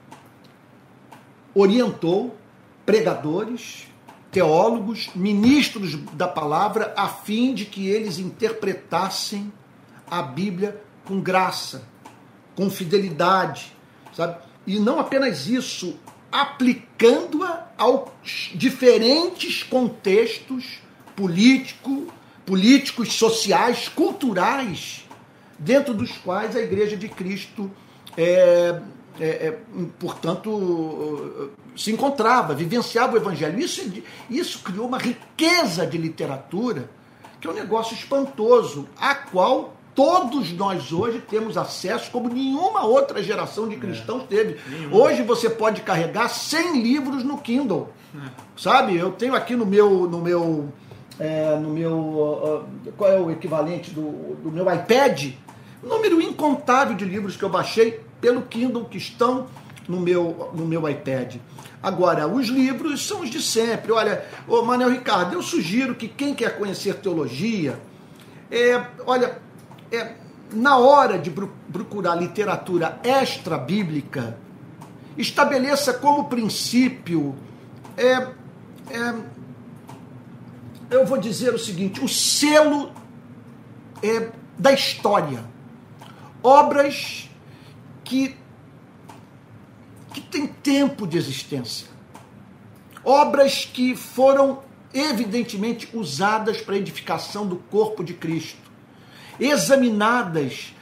A: orientou pregadores, teólogos, ministros da palavra, a fim de que eles interpretassem a Bíblia com graça, com fidelidade, sabe? E não apenas isso, aplicando-a aos diferentes contextos político, políticos, sociais, culturais, dentro dos quais a Igreja de Cristo, é, é, é, portanto, se encontrava, vivenciava o Evangelho. Isso, isso criou uma riqueza de literatura, que é um negócio espantoso, a qual todos nós hoje temos acesso, como nenhuma outra geração de cristãos é, teve. Nenhuma. Hoje você pode carregar cem livros no Kindle, é. sabe? Eu tenho aqui no meu... No meu É, no meu, uh, qual é o equivalente do, do meu iPad, um número incontável de livros que eu baixei pelo Kindle que estão no meu, no meu iPad. Agora, os livros são os de sempre. Olha, ô Manuel Ricardo, eu sugiro que quem quer conhecer teologia, é, olha, é, na hora de procurar literatura extra-bíblica, estabeleça como princípio é, é, eu vou dizer o seguinte, o selo é, da história. Obras que, que têm tempo de existência. Obras que foram evidentemente usadas para a edificação do corpo de Cristo. Examinadas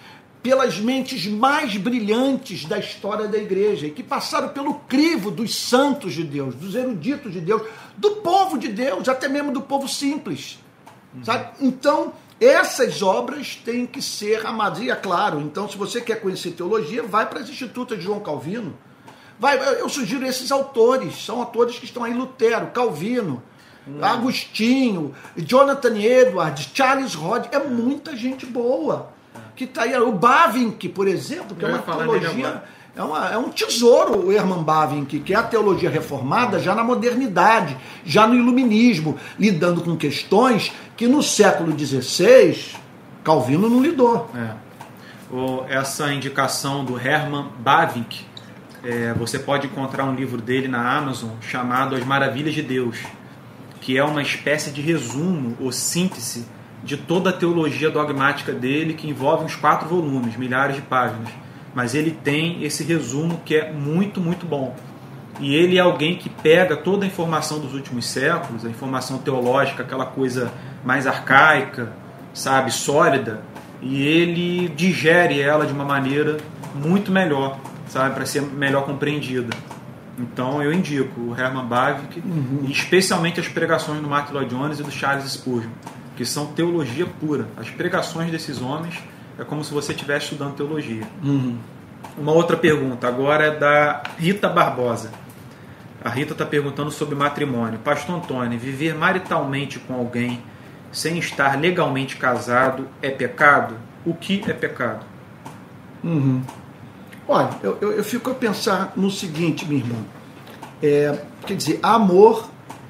A: pelas mentes mais brilhantes da história da igreja e que passaram pelo crivo dos santos de Deus, dos eruditos de Deus, do povo de Deus, até mesmo do povo simples. Uhum. Sabe? Então, essas obras têm que ser amadas. E é claro, então, se você quer conhecer teologia, vai para as institutas de João Calvino. Vai, eu sugiro esses autores, são autores que estão aí, Lutero, Calvino, hum. Agostinho, Jonathan Edwards, Charles Rod, é muita gente boa que está aí. O Bavinck, por exemplo, que eu é uma teologia, é, uma, é um tesouro, o Herman Bavinck, que é a teologia reformada já na modernidade, já no iluminismo, lidando com questões que no século dezesseis Calvino não lidou.
B: É. O, essa indicação do Herman Bavinck, É, você pode encontrar um livro dele na Amazon chamado As Maravilhas de Deus, que é uma espécie de resumo ou síntese de toda a teologia dogmática dele, que envolve uns quatro volumes, milhares de páginas. Mas ele tem esse resumo que é muito, muito bom. E ele é alguém que pega toda a informação dos últimos séculos, a informação teológica, aquela coisa mais arcaica, sabe, sólida, e ele digere ela de uma maneira muito melhor, sabe, para ser melhor compreendida. Então eu indico o Herman Bavinck, uhum. e especialmente as pregações do Martyn Lloyd-Jones e do Charles Spurgeon, que são teologia pura. As pregações desses homens é como se você estivesse estudando teologia. Uhum. Uma outra pergunta agora é da Rita Barbosa. A Rita está perguntando sobre matrimônio. Pastor Antônio, viver maritalmente com alguém sem estar legalmente casado é pecado? O que é pecado?
A: Uhum. Olha, eu, eu, eu fico a pensar no seguinte, minha irmã. É, quer dizer, amor,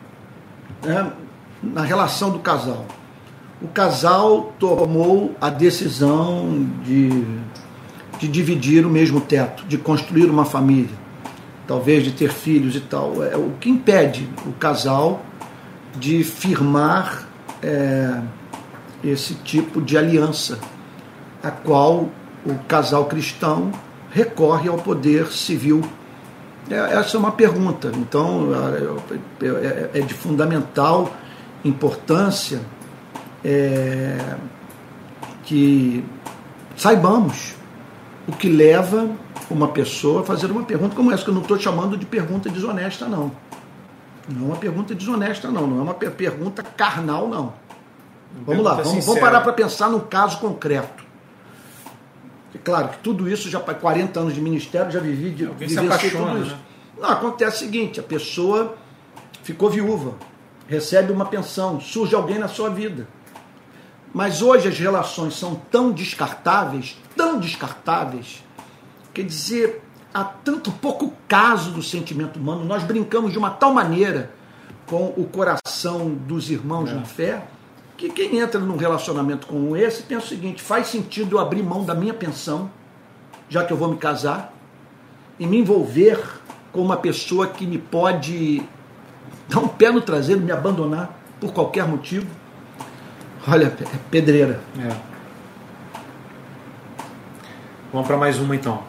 A: né, na relação do casal. O casal tomou a decisão de, de dividir o mesmo teto, de construir uma família, talvez de ter filhos e tal. É o que impede o casal de firmar é, esse tipo de aliança, a qual o casal cristão recorre ao poder civil. Essa é uma pergunta. Então, é de fundamental importância é, que saibamos o que leva uma pessoa a fazer uma pergunta como essa, que eu não estou chamando de pergunta desonesta, não. Não é uma pergunta desonesta, não. Não é uma pergunta carnal, não. Vamos lá, vamos, vamos parar para pensar num caso concreto. Claro que tudo isso, já para quarenta anos de ministério, já vivi de
B: Alguém se apaixona,
A: tudo isso.
B: Né?
A: Não, acontece o seguinte, a pessoa ficou viúva, recebe uma pensão, surge alguém na sua vida. Mas hoje as relações são tão descartáveis, tão descartáveis, quer dizer, há tanto pouco caso do sentimento humano, nós brincamos de uma tal maneira com o coração dos irmãos é. na fé, que quem entra num relacionamento como esse pensa o seguinte: faz sentido eu abrir mão da minha pensão, já que eu vou me casar, e me envolver com uma pessoa que me pode dar um pé no traseiro, me abandonar por qualquer motivo? Olha, é pedreira.
B: É. Vamos para mais uma então.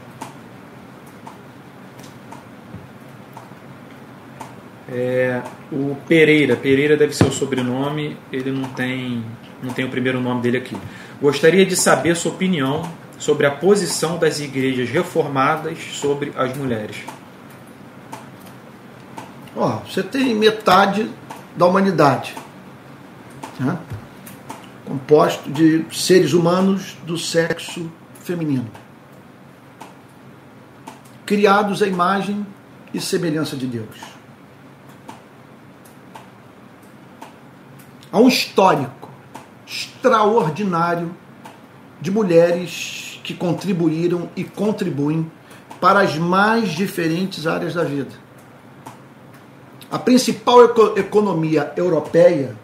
B: É, o Pereira, Pereira deve ser o sobrenome, ele não tem, não tem o primeiro nome dele aqui. Gostaria de saber sua opinião sobre a posição das igrejas reformadas sobre as mulheres.
A: Ó, você tem metade da humanidade, né? Composto de seres humanos do sexo feminino, criados à imagem e semelhança de Deus. Há um histórico extraordinário de mulheres que contribuíram e contribuem para as mais diferentes áreas da vida. A principal economia europeia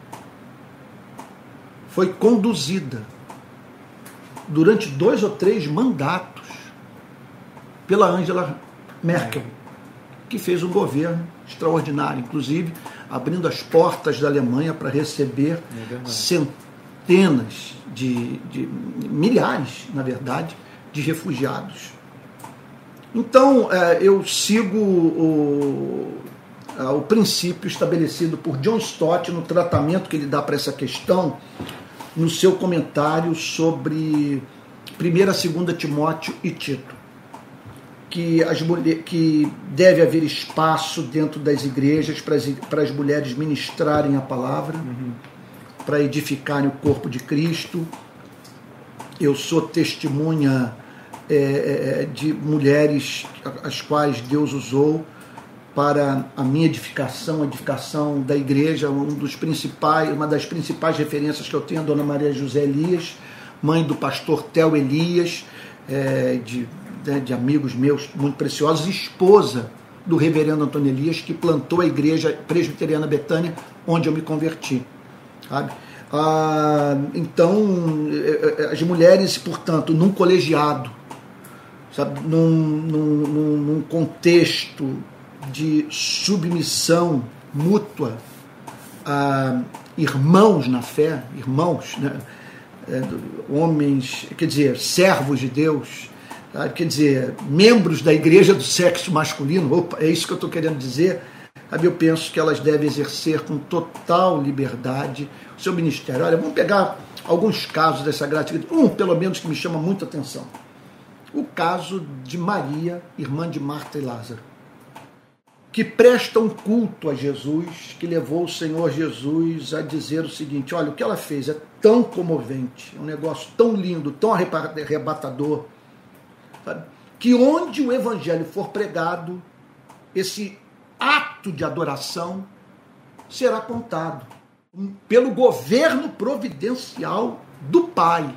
A: foi conduzida durante dois ou três mandatos pela Angela Merkel, que fez um governo extraordinário, inclusive abrindo as portas da Alemanha para receber é centenas de, de milhares, na verdade, de refugiados. Então, eu sigo o, o princípio estabelecido por John Stott no tratamento que ele dá para essa questão, no seu comentário sobre primeira, segunda Timóteo e Tito. Que, as mulher, que deve haver espaço dentro das igrejas para as, para as mulheres ministrarem a palavra, uhum. para edificarem o corpo de Cristo. Eu sou testemunha é, de mulheres as quais Deus usou para a minha edificação, a edificação da igreja. Um dos principais, uma das principais referências que eu tenho é a Dona Maria José Elias, mãe do pastor Theo Elias, é, de, de, de amigos meus muito preciosos, esposa do reverendo Antônio Elias, que plantou a igreja presbiteriana Betânia, onde eu me converti. Sabe? Ah, então, as mulheres, portanto, num colegiado, sabe, num, num, num contexto de submissão mútua a irmãos na fé, irmãos, né? É, homens, quer dizer, servos de Deus, tá? Quer dizer, membros da igreja do sexo masculino, opa, é isso que eu estou querendo dizer. Eu penso que elas devem exercer com total liberdade o seu ministério. Olha, vamos pegar alguns casos dessa gratidão, um pelo menos que me chama muita atenção. O caso de Maria, irmã de Marta e Lázaro, que prestam culto a Jesus, que levou o Senhor Jesus a dizer o seguinte: olha, o que ela fez é tão comovente, é um negócio tão lindo, tão arrebatador, sabe? Que onde o evangelho for pregado, esse ato de adoração será contado pelo governo providencial do Pai.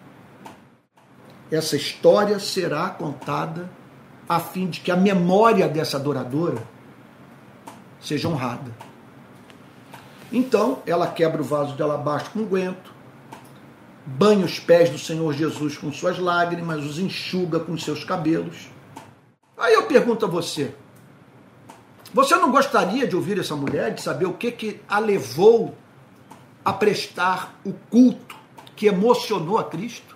A: Essa história será contada a fim de que a memória dessa adoradora seja honrada. Então, ela quebra o vaso de alabastro com unguento, banha os pés do Senhor Jesus com suas lágrimas, os enxuga com seus cabelos. Aí eu pergunto a você, você não gostaria de ouvir essa mulher, de saber o que, que a levou a prestar o culto que emocionou a Cristo?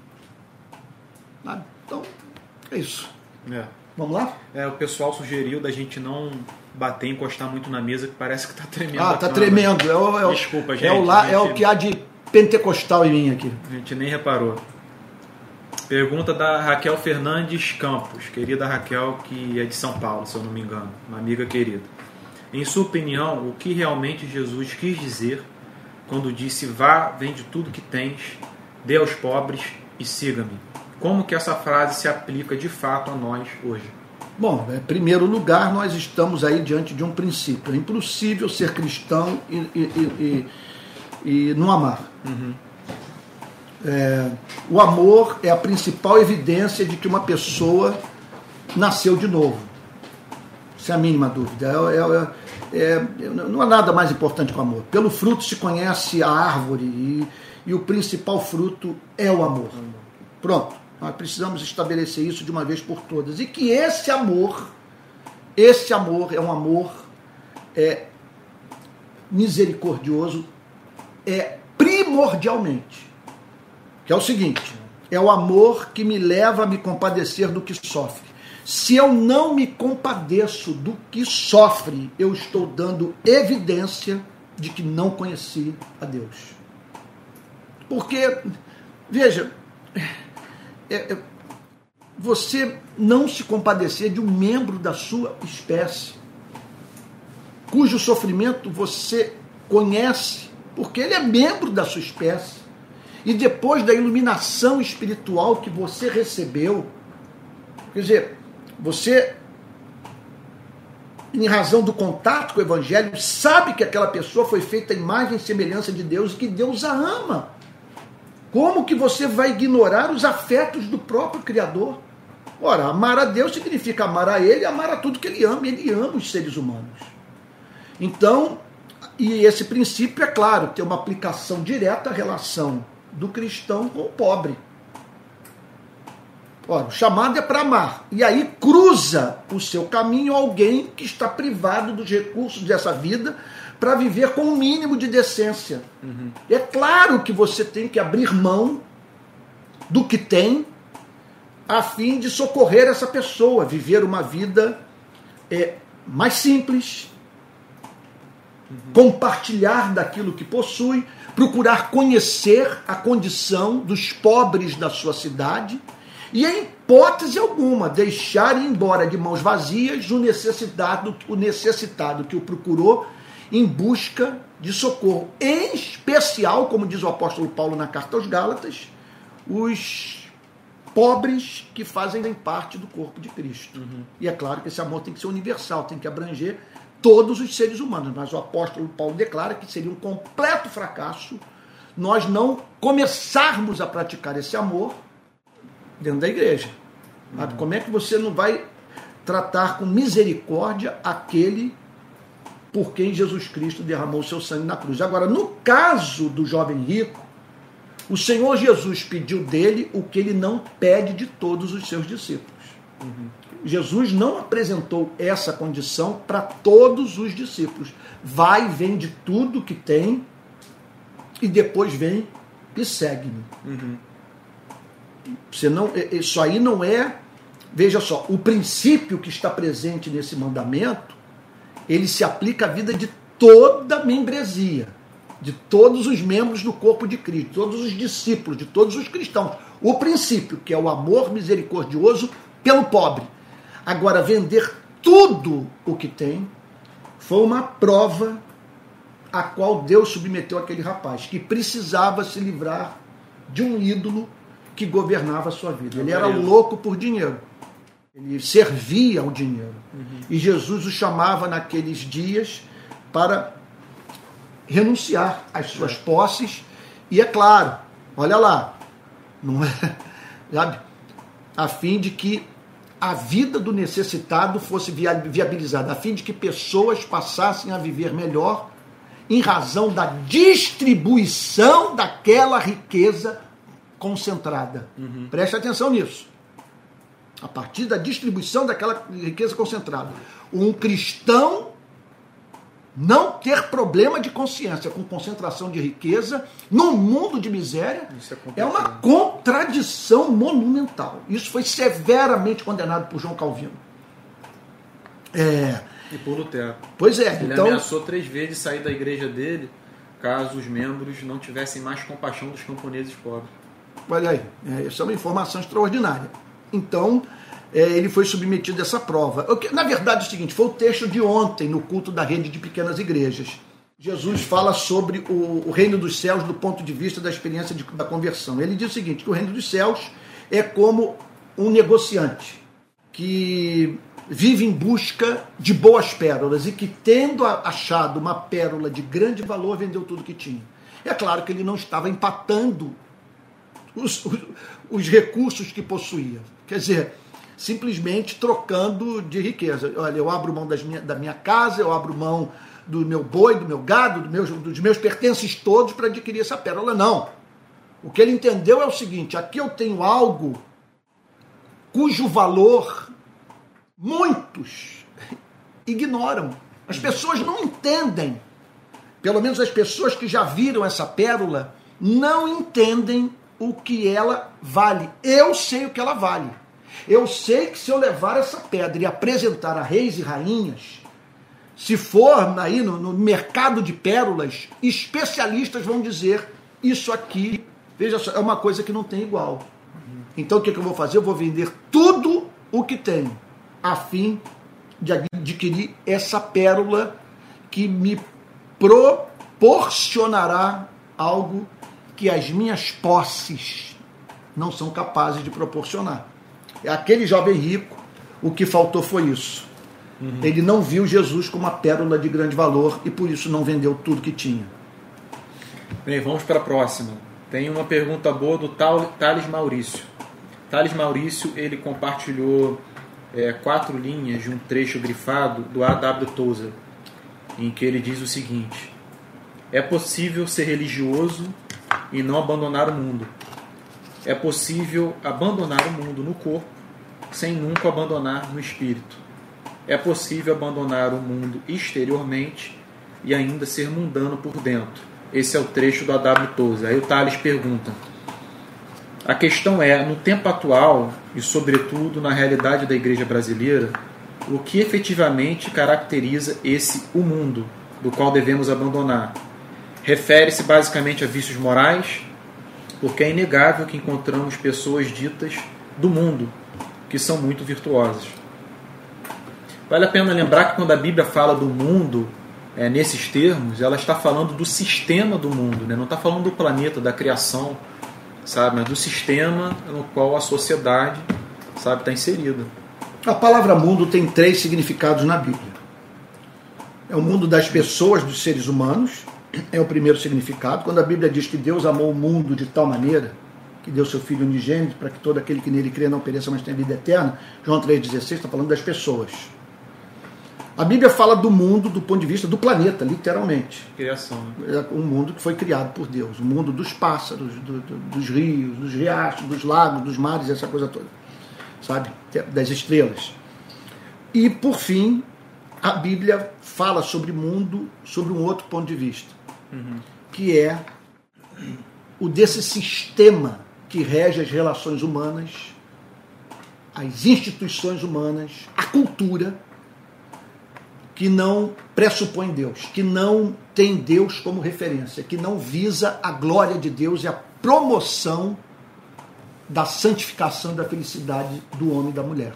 A: Então, é isso.
B: É.
A: Vamos lá?
B: É, o pessoal sugeriu da gente não bater, encostar muito na mesa, que parece que tá tremendo.
A: Ah, tá tremendo. É o, é o,
B: Desculpa, gente.
A: É o, lá, gente. É o que há de pentecostal em mim aqui.
B: A gente nem reparou. Pergunta da Raquel Fernandes Campos, querida Raquel, que é de São Paulo, se eu não me engano, uma amiga querida. Em sua opinião, o que realmente Jesus quis dizer quando disse: vá, vende tudo que tens, dê aos pobres e siga-me? Como que essa frase se aplica de fato a nós hoje?
A: Bom, em primeiro lugar, nós estamos aí diante de um princípio. É impossível ser cristão e, e, e, e, e não amar. Uhum. É, o amor é a principal evidência de que uma pessoa nasceu de novo. Sem a mínima dúvida. É, é, é, não há nada mais importante que o amor. Pelo fruto se conhece a árvore e, e o principal fruto é o amor. Pronto. Nós precisamos estabelecer isso de uma vez por todas. E que esse amor, esse amor é um amor é, misericordioso, é primordialmente. Que é o seguinte, é o amor que me leva a me compadecer do que sofre. Se eu não me compadeço do que sofre, eu estou dando evidência de que não conheci a Deus. Porque, veja... É, é, você não se compadecer de um membro da sua espécie, cujo sofrimento você conhece, porque ele é membro da sua espécie, e depois da iluminação espiritual que você recebeu, quer dizer, você, em razão do contato com o Evangelho, sabe que aquela pessoa foi feita à imagem e semelhança de Deus e que Deus a ama. Como que você vai ignorar os afetos do próprio Criador? Ora, amar a Deus significa amar a Ele e amar a tudo que Ele ama. Ele ama os seres humanos. Então, e esse princípio, é claro, tem uma aplicação direta à relação do cristão com o pobre. Ora, o chamado é para amar. E aí cruza o seu caminho alguém que está privado dos recursos dessa vida para viver com um mínimo de decência. Uhum. É claro que você tem que abrir mão do que tem a fim de socorrer essa pessoa, viver uma vida é, mais simples, uhum. compartilhar daquilo que possui, procurar conhecer a condição dos pobres da sua cidade E em hipótese alguma deixar ir embora de mãos vazias o necessitado, o necessitado que o procurou em busca de socorro. Em especial, como diz o apóstolo Paulo na carta aos Gálatas, os pobres que fazem parte do corpo de Cristo. Uhum. E é claro que esse amor tem que ser universal, tem que abranger todos os seres humanos. Mas o apóstolo Paulo declara que seria um completo fracasso nós não começarmos a praticar esse amor dentro da igreja. Uhum. Como é que você não vai tratar com misericórdia aquele por quem Jesus Cristo derramou o seu sangue na cruz? Agora, no caso do jovem rico, o Senhor Jesus pediu dele o que ele não pede de todos os seus discípulos. Uhum. Jesus não apresentou essa condição para todos os discípulos. Vai e vende tudo que tem e depois vem e segue-me. Uhum. Você não, isso aí não é... Veja só, o princípio que está presente nesse mandamento, ele se aplica à vida de toda a membresia, de todos os membros do corpo de Cristo, de todos os discípulos, de todos os cristãos. O princípio, que é o amor misericordioso pelo pobre. Agora, vender tudo o que tem foi uma prova a qual Deus submeteu aquele rapaz, que precisava se livrar de um ídolo que governava a sua vida. Ele era louco por dinheiro. Ele servia ao dinheiro. Uhum. E Jesus o chamava naqueles dias para renunciar às suas é. posses. E é claro, olha lá, não é, sabe, a fim de que a vida do necessitado fosse viabilizada, a fim de que pessoas passassem a viver melhor em razão da distribuição daquela riqueza concentrada. Uhum. Preste atenção nisso. A partir da distribuição daquela riqueza concentrada. Um cristão não ter problema de consciência com concentração de riqueza num mundo de miséria é, é uma contradição monumental. Isso foi severamente condenado por João Calvino. É...
B: E por Lutero.
A: Pois é.
B: Ele
A: então...
B: ameaçou três vezes sair da igreja dele caso os membros não tivessem mais compaixão dos camponeses pobres.
A: Olha aí, é, isso é uma informação extraordinária. Então, é, ele foi submetido a essa prova. Na verdade, é o seguinte, foi o texto de ontem, no culto da rede de pequenas igrejas. Jesus fala sobre o, o reino dos céus do ponto de vista da experiência de, da conversão. Ele diz o seguinte, que o reino dos céus é como um negociante que vive em busca de boas pérolas e que, tendo achado uma pérola de grande valor, vendeu tudo que tinha. É claro que ele não estava empatando os, os, os recursos que possuía. Quer dizer, simplesmente trocando de riqueza. Olha, eu abro mão das minha, da minha casa, eu abro mão do meu boi, do meu gado, do meu, dos meus pertences todos para adquirir essa pérola. Não. O que ele entendeu é o seguinte, aqui eu tenho algo cujo valor muitos ignoram. As pessoas não entendem. Pelo menos as pessoas que já viram essa pérola não entendem o que ela vale. Eu sei o que ela vale. Eu sei que se eu levar essa pedra e apresentar a reis e rainhas, se for aí no, no mercado de pérolas, especialistas vão dizer, isso aqui, veja só, é uma coisa que não tem igual. Então o que, que eu vou fazer? Eu vou vender tudo o que tenho, a fim de adquirir essa pérola que me proporcionará algo que as minhas posses não são capazes de proporcionar. Aquele jovem rico, o que faltou foi isso. Uhum. Ele não viu Jesus como uma pérola de grande valor e por isso não vendeu tudo que tinha.
B: Bem, vamos para a próxima. Tem uma pergunta boa do Thales Maurício. Thales Maurício, ele compartilhou é, quatro linhas de um trecho grifado do A W Tozer, em que ele diz o seguinte: é possível ser religioso e não abandonar o mundo. É possível abandonar o mundo no corpo sem nunca abandonar no espírito. É possível abandonar o mundo exteriormente e ainda ser mundano por dentro. Esse é o trecho do A W Tozer. Aí o Thales pergunta: a questão é, no tempo atual e sobretudo na realidade da igreja brasileira, o que efetivamente caracteriza esse o mundo do qual devemos abandonar? Refere-se basicamente a vícios morais, porque é inegável que encontramos pessoas ditas do mundo, que são muito virtuosas. Vale a pena lembrar que quando a Bíblia fala do mundo, é, nesses termos, ela está falando do sistema do mundo, né? Não está falando do planeta, da criação, sabe? Mas do sistema no qual a sociedade, sabe, está inserida.
A: A palavra mundo tem três significados na Bíblia. É o mundo das pessoas, dos seres humanos, é o primeiro significado. Quando a Bíblia diz que Deus amou o mundo de tal maneira que deu seu Filho unigênito para que todo aquele que nele crê não pereça, mas tenha vida eterna, João três dezesseis está falando das pessoas. A Bíblia fala do mundo do ponto de vista do planeta, literalmente.
B: Criação.
A: É um mundo que foi criado por Deus. O mundo dos pássaros, do, do, dos rios, dos riachos, dos lagos, dos mares, essa coisa toda. Sabe? Das estrelas. E, por fim, a Bíblia fala sobre mundo sobre um outro ponto de vista. Uhum. Que é o desse sistema que rege as relações humanas, as instituições humanas, a cultura, que não pressupõe Deus, que não tem Deus como referência, que não visa a glória de Deus e a promoção da santificação e da felicidade do homem e da mulher.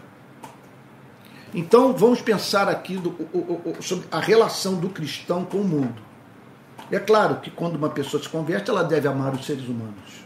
A: Então, vamos pensar aqui do, o, o, sobre a relação do cristão com o mundo. É claro que quando uma pessoa se converte, ela deve amar os seres humanos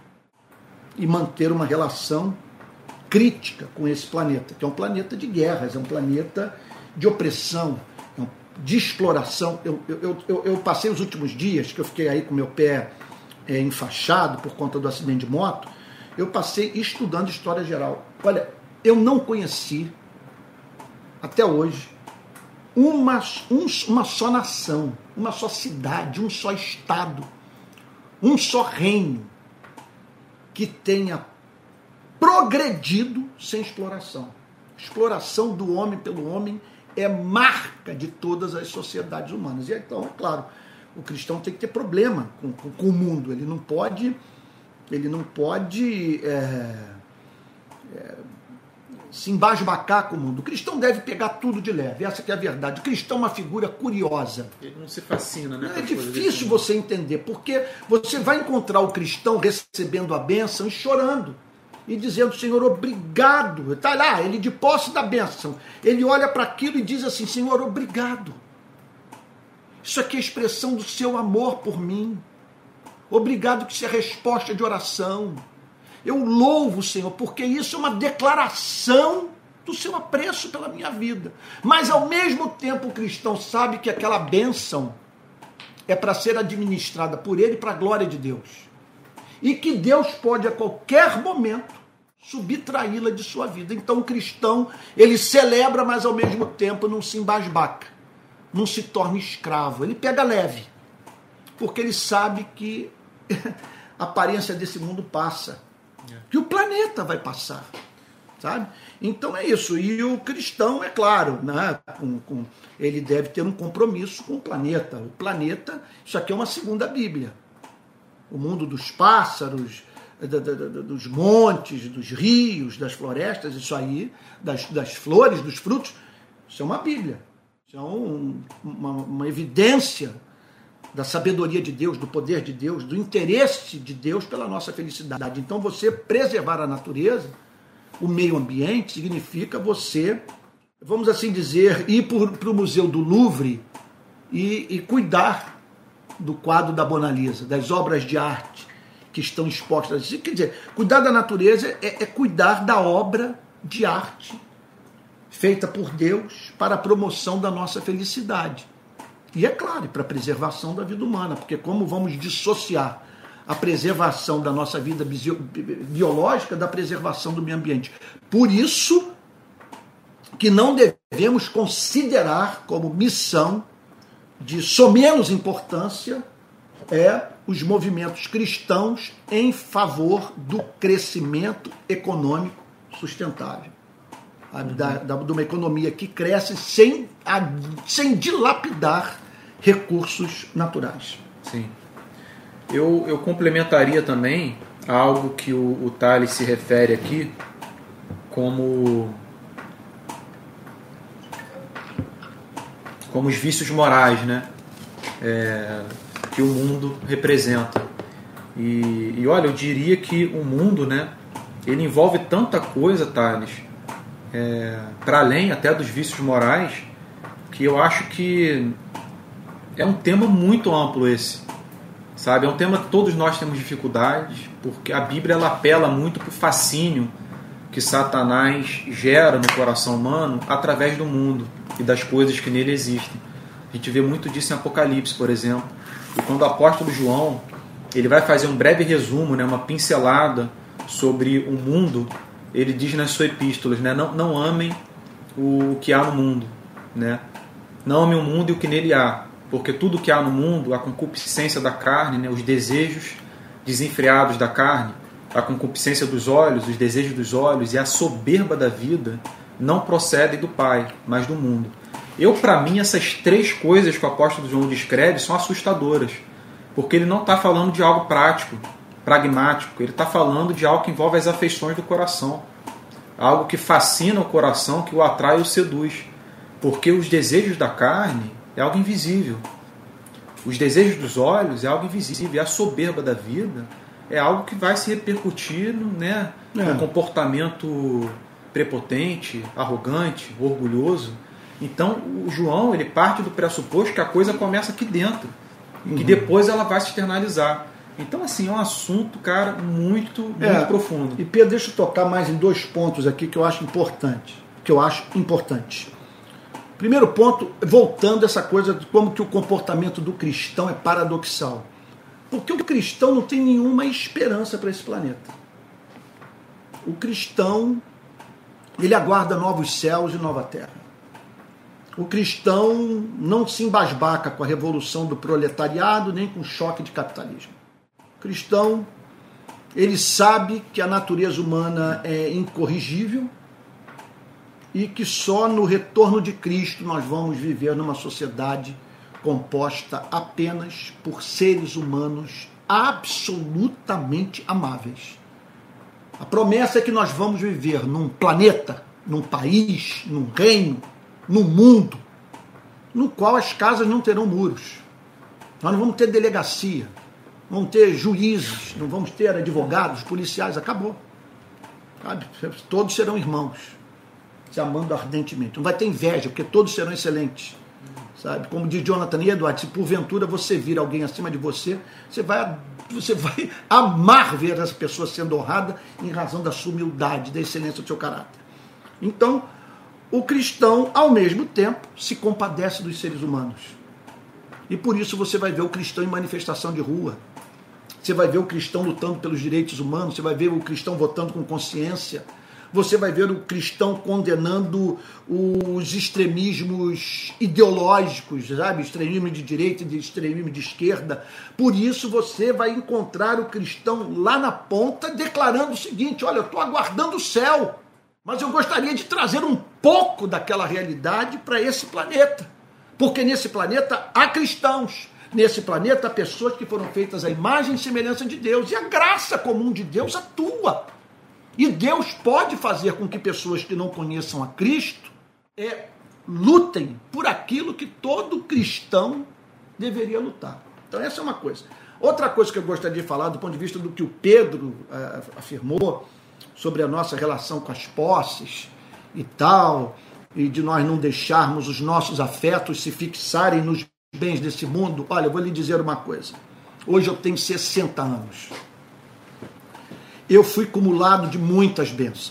A: e manter uma relação crítica com esse planeta, que é um planeta de guerras, é um planeta de opressão, de exploração. Eu, eu, eu, eu passei os últimos dias, que eu fiquei aí com meu pé é, enfaixado por conta do acidente de moto, eu passei estudando história geral. Olha, eu não conheci, até hoje, uma, um, uma só nação, uma só cidade, um só estado, um só reino que tenha progredido sem exploração. Exploração do homem pelo homem é marca de todas as sociedades humanas. E então, é claro, o cristão tem que ter problema com, com, com o mundo. Ele não pode, ele não pode é, é, se embasbacar com o mundo. O cristão deve pegar tudo de leve. Essa que é a verdade. O cristão é uma figura curiosa.
B: Ele não se fascina, né?
A: É difícil você entender, porque você vai encontrar o cristão recebendo a bênção e chorando. E dizendo, Senhor, obrigado. Está lá, ele de posse da bênção. Ele olha para aquilo e diz assim, Senhor, obrigado. Isso aqui é a expressão do seu amor por mim. Obrigado que isso é resposta de oração. Eu louvo, Senhor, porque isso é uma declaração do seu apreço pela minha vida. Mas, ao mesmo tempo, o cristão sabe que aquela bênção é para ser administrada por ele para a glória de Deus. E que Deus pode, a qualquer momento, subtraí-la de sua vida. Então o cristão, ele celebra, mas ao mesmo tempo não se embasbaca, não se torna escravo, ele pega leve, porque ele sabe que a aparência desse mundo passa, que o planeta vai passar, sabe? Então é isso, e o cristão, é claro, né, com, com, ele deve ter um compromisso com o planeta. O planeta, isso aqui é uma segunda Bíblia. O mundo dos pássaros, dos montes, dos rios, das florestas, isso aí, das, das flores, dos frutos, isso é uma Bíblia. Isso é um, uma, uma evidência da sabedoria de Deus, do poder de Deus, do interesse de Deus pela nossa felicidade. Então, você preservar a natureza, o meio ambiente, significa você, vamos assim dizer, ir para o Museu do Louvre e, e cuidar do quadro da Mona Lisa, das obras de arte que estão expostas. Quer dizer, cuidar da natureza é, é cuidar da obra de arte feita por Deus para a promoção da nossa felicidade. E é claro, para a preservação da vida humana, porque como vamos dissociar a preservação da nossa vida biológica da preservação do meio ambiente? Por isso que não devemos considerar como missão de somenos importância é os movimentos cristãos em favor do crescimento econômico sustentável. Da, da, de uma economia que cresce sem, a, sem dilapidar recursos naturais.
B: Sim. Eu, eu complementaria também algo que o, o Tales se refere aqui como... como os vícios morais, né? É, que o mundo representa. E, e olha, eu diria que o mundo, né, ele envolve tanta coisa, Thales, é, para além até dos vícios morais, que eu acho que é um tema muito amplo esse, sabe? É um tema que todos nós temos dificuldades, porque a Bíblia ela apela muito para o fascínio que Satanás gera no coração humano através do mundo e das coisas que nele existem. A gente vê muito disso em Apocalipse, por exemplo. E quando o apóstolo João ele vai fazer um breve resumo, né, uma pincelada sobre o mundo, ele diz nas suas epístolas, né, não, não amem o que há no mundo, né? Não amem o mundo e o que nele há, porque tudo que há no mundo, a concupiscência da carne, né, os desejos desenfreados da carne, a concupiscência dos olhos, os desejos dos olhos e a soberba da vida não procedem do Pai, mas do mundo. Eu, para mim, essas três coisas que o apóstolo João descreve são assustadoras, porque ele não está falando de algo prático, pragmático, ele está falando de algo que envolve as afeições do coração, algo que fascina o coração, que o atrai e o seduz, porque os desejos da carne é algo invisível, os desejos dos olhos é algo invisível, e a soberba da vida é algo que vai se repercutir, né, é. no comportamento prepotente, arrogante, orgulhoso. Então o João ele parte do pressuposto que a coisa começa aqui dentro, e que uhum. depois ela vai se externalizar. Então, assim, é um assunto, cara, muito, muito é, profundo.
A: E Pedro, deixa eu tocar mais em dois pontos aqui que eu acho importante. Que eu acho importante. Primeiro ponto, voltando a essa coisa de como que o comportamento do cristão é paradoxal. Porque o cristão não tem nenhuma esperança para esse planeta. O cristão, ele aguarda novos céus e nova terra. O cristão não se embasbaca com a revolução do proletariado, nem com o choque de capitalismo. O cristão, ele sabe que a natureza humana é incorrigível e que só no retorno de Cristo nós vamos viver numa sociedade composta apenas por seres humanos absolutamente amáveis. A promessa é que nós vamos viver num planeta, num país, num reino, num mundo, no qual as casas não terão muros. Nós não vamos ter delegacia, não vamos ter juízes, não vamos ter advogados, policiais, acabou. Sabe? Todos serão irmãos, se amando ardentemente. Não vai ter inveja, porque todos serão excelentes. Sabe? Como diz Jonathan Edwards, se porventura você vir alguém acima de você, você vai, você vai amar ver essa pessoa sendo honrada em razão da sua humildade, da excelência do seu caráter. Então, o cristão, ao mesmo tempo, se compadece dos seres humanos. E por isso você vai ver o cristão em manifestação de rua. Você vai ver o cristão lutando pelos direitos humanos, você vai ver o cristão votando com consciência, você vai ver o cristão condenando os extremismos ideológicos, sabe? Extremismo de direita e extremismo de esquerda. Por isso você vai encontrar o cristão lá na ponta declarando o seguinte: olha, eu estou aguardando o céu, mas eu gostaria de trazer um pouco daquela realidade para esse planeta. Porque nesse planeta há cristãos. Nesse planeta há pessoas que foram feitas à imagem e semelhança de Deus. E a graça comum de Deus atua. E Deus pode fazer com que pessoas que não conheçam a Cristo é, lutem por aquilo que todo cristão deveria lutar. Então essa é uma coisa. Outra coisa que eu gostaria de falar do ponto de vista do que o Pedro uh, afirmou sobre a nossa relação com as posses e tal, e de nós não deixarmos os nossos afetos se fixarem nos bens desse mundo. Olha, eu vou lhe dizer uma coisa. Hoje eu tenho sessenta anos. Eu fui cumulado de muitas bênçãos.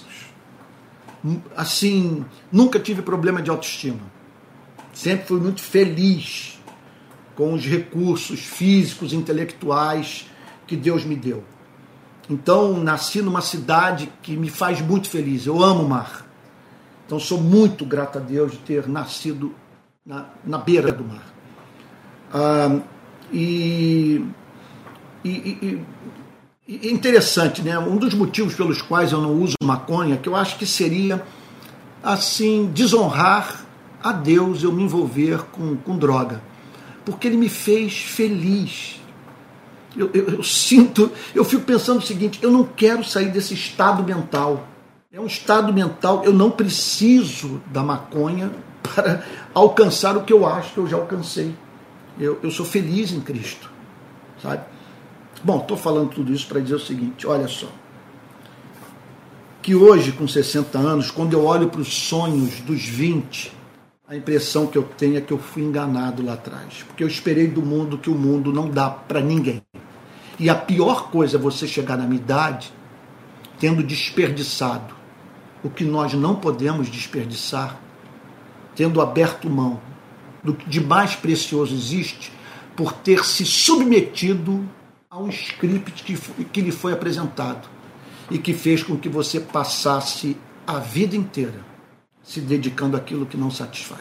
A: Assim, nunca tive problema de autoestima. Sempre fui muito feliz com os recursos físicos, intelectuais que Deus me deu. Então, nasci numa cidade que me faz muito feliz. Eu amo o mar. Então, sou muito grato a Deus de ter nascido na, na beira do mar. Ah, e, e, e, e é interessante, né? Um dos motivos pelos quais eu não uso maconha, que eu acho que seria, assim, desonrar a Deus eu me envolver com, com droga. Porque Ele me fez feliz. Eu, eu, eu sinto, eu fico pensando o seguinte: eu não quero sair desse estado mental. É um estado mental, eu não preciso da maconha para alcançar o que eu acho que eu já alcancei. Eu, eu sou feliz em Cristo, sabe? Bom, estou falando tudo isso para dizer o seguinte: olha só. que hoje, com sessenta anos, quando eu olho para os sonhos dos vinte, a impressão que eu tenho é que eu fui enganado lá atrás. Porque eu esperei do mundo que o mundo não dá para ninguém. E a pior coisa é você chegar na minha idade tendo desperdiçado o que nós não podemos desperdiçar, tendo aberto mão do que de mais precioso existe, por ter se submetido a um script que, que lhe foi apresentado e que fez com que você passasse a vida inteira se dedicando àquilo que não satisfaz.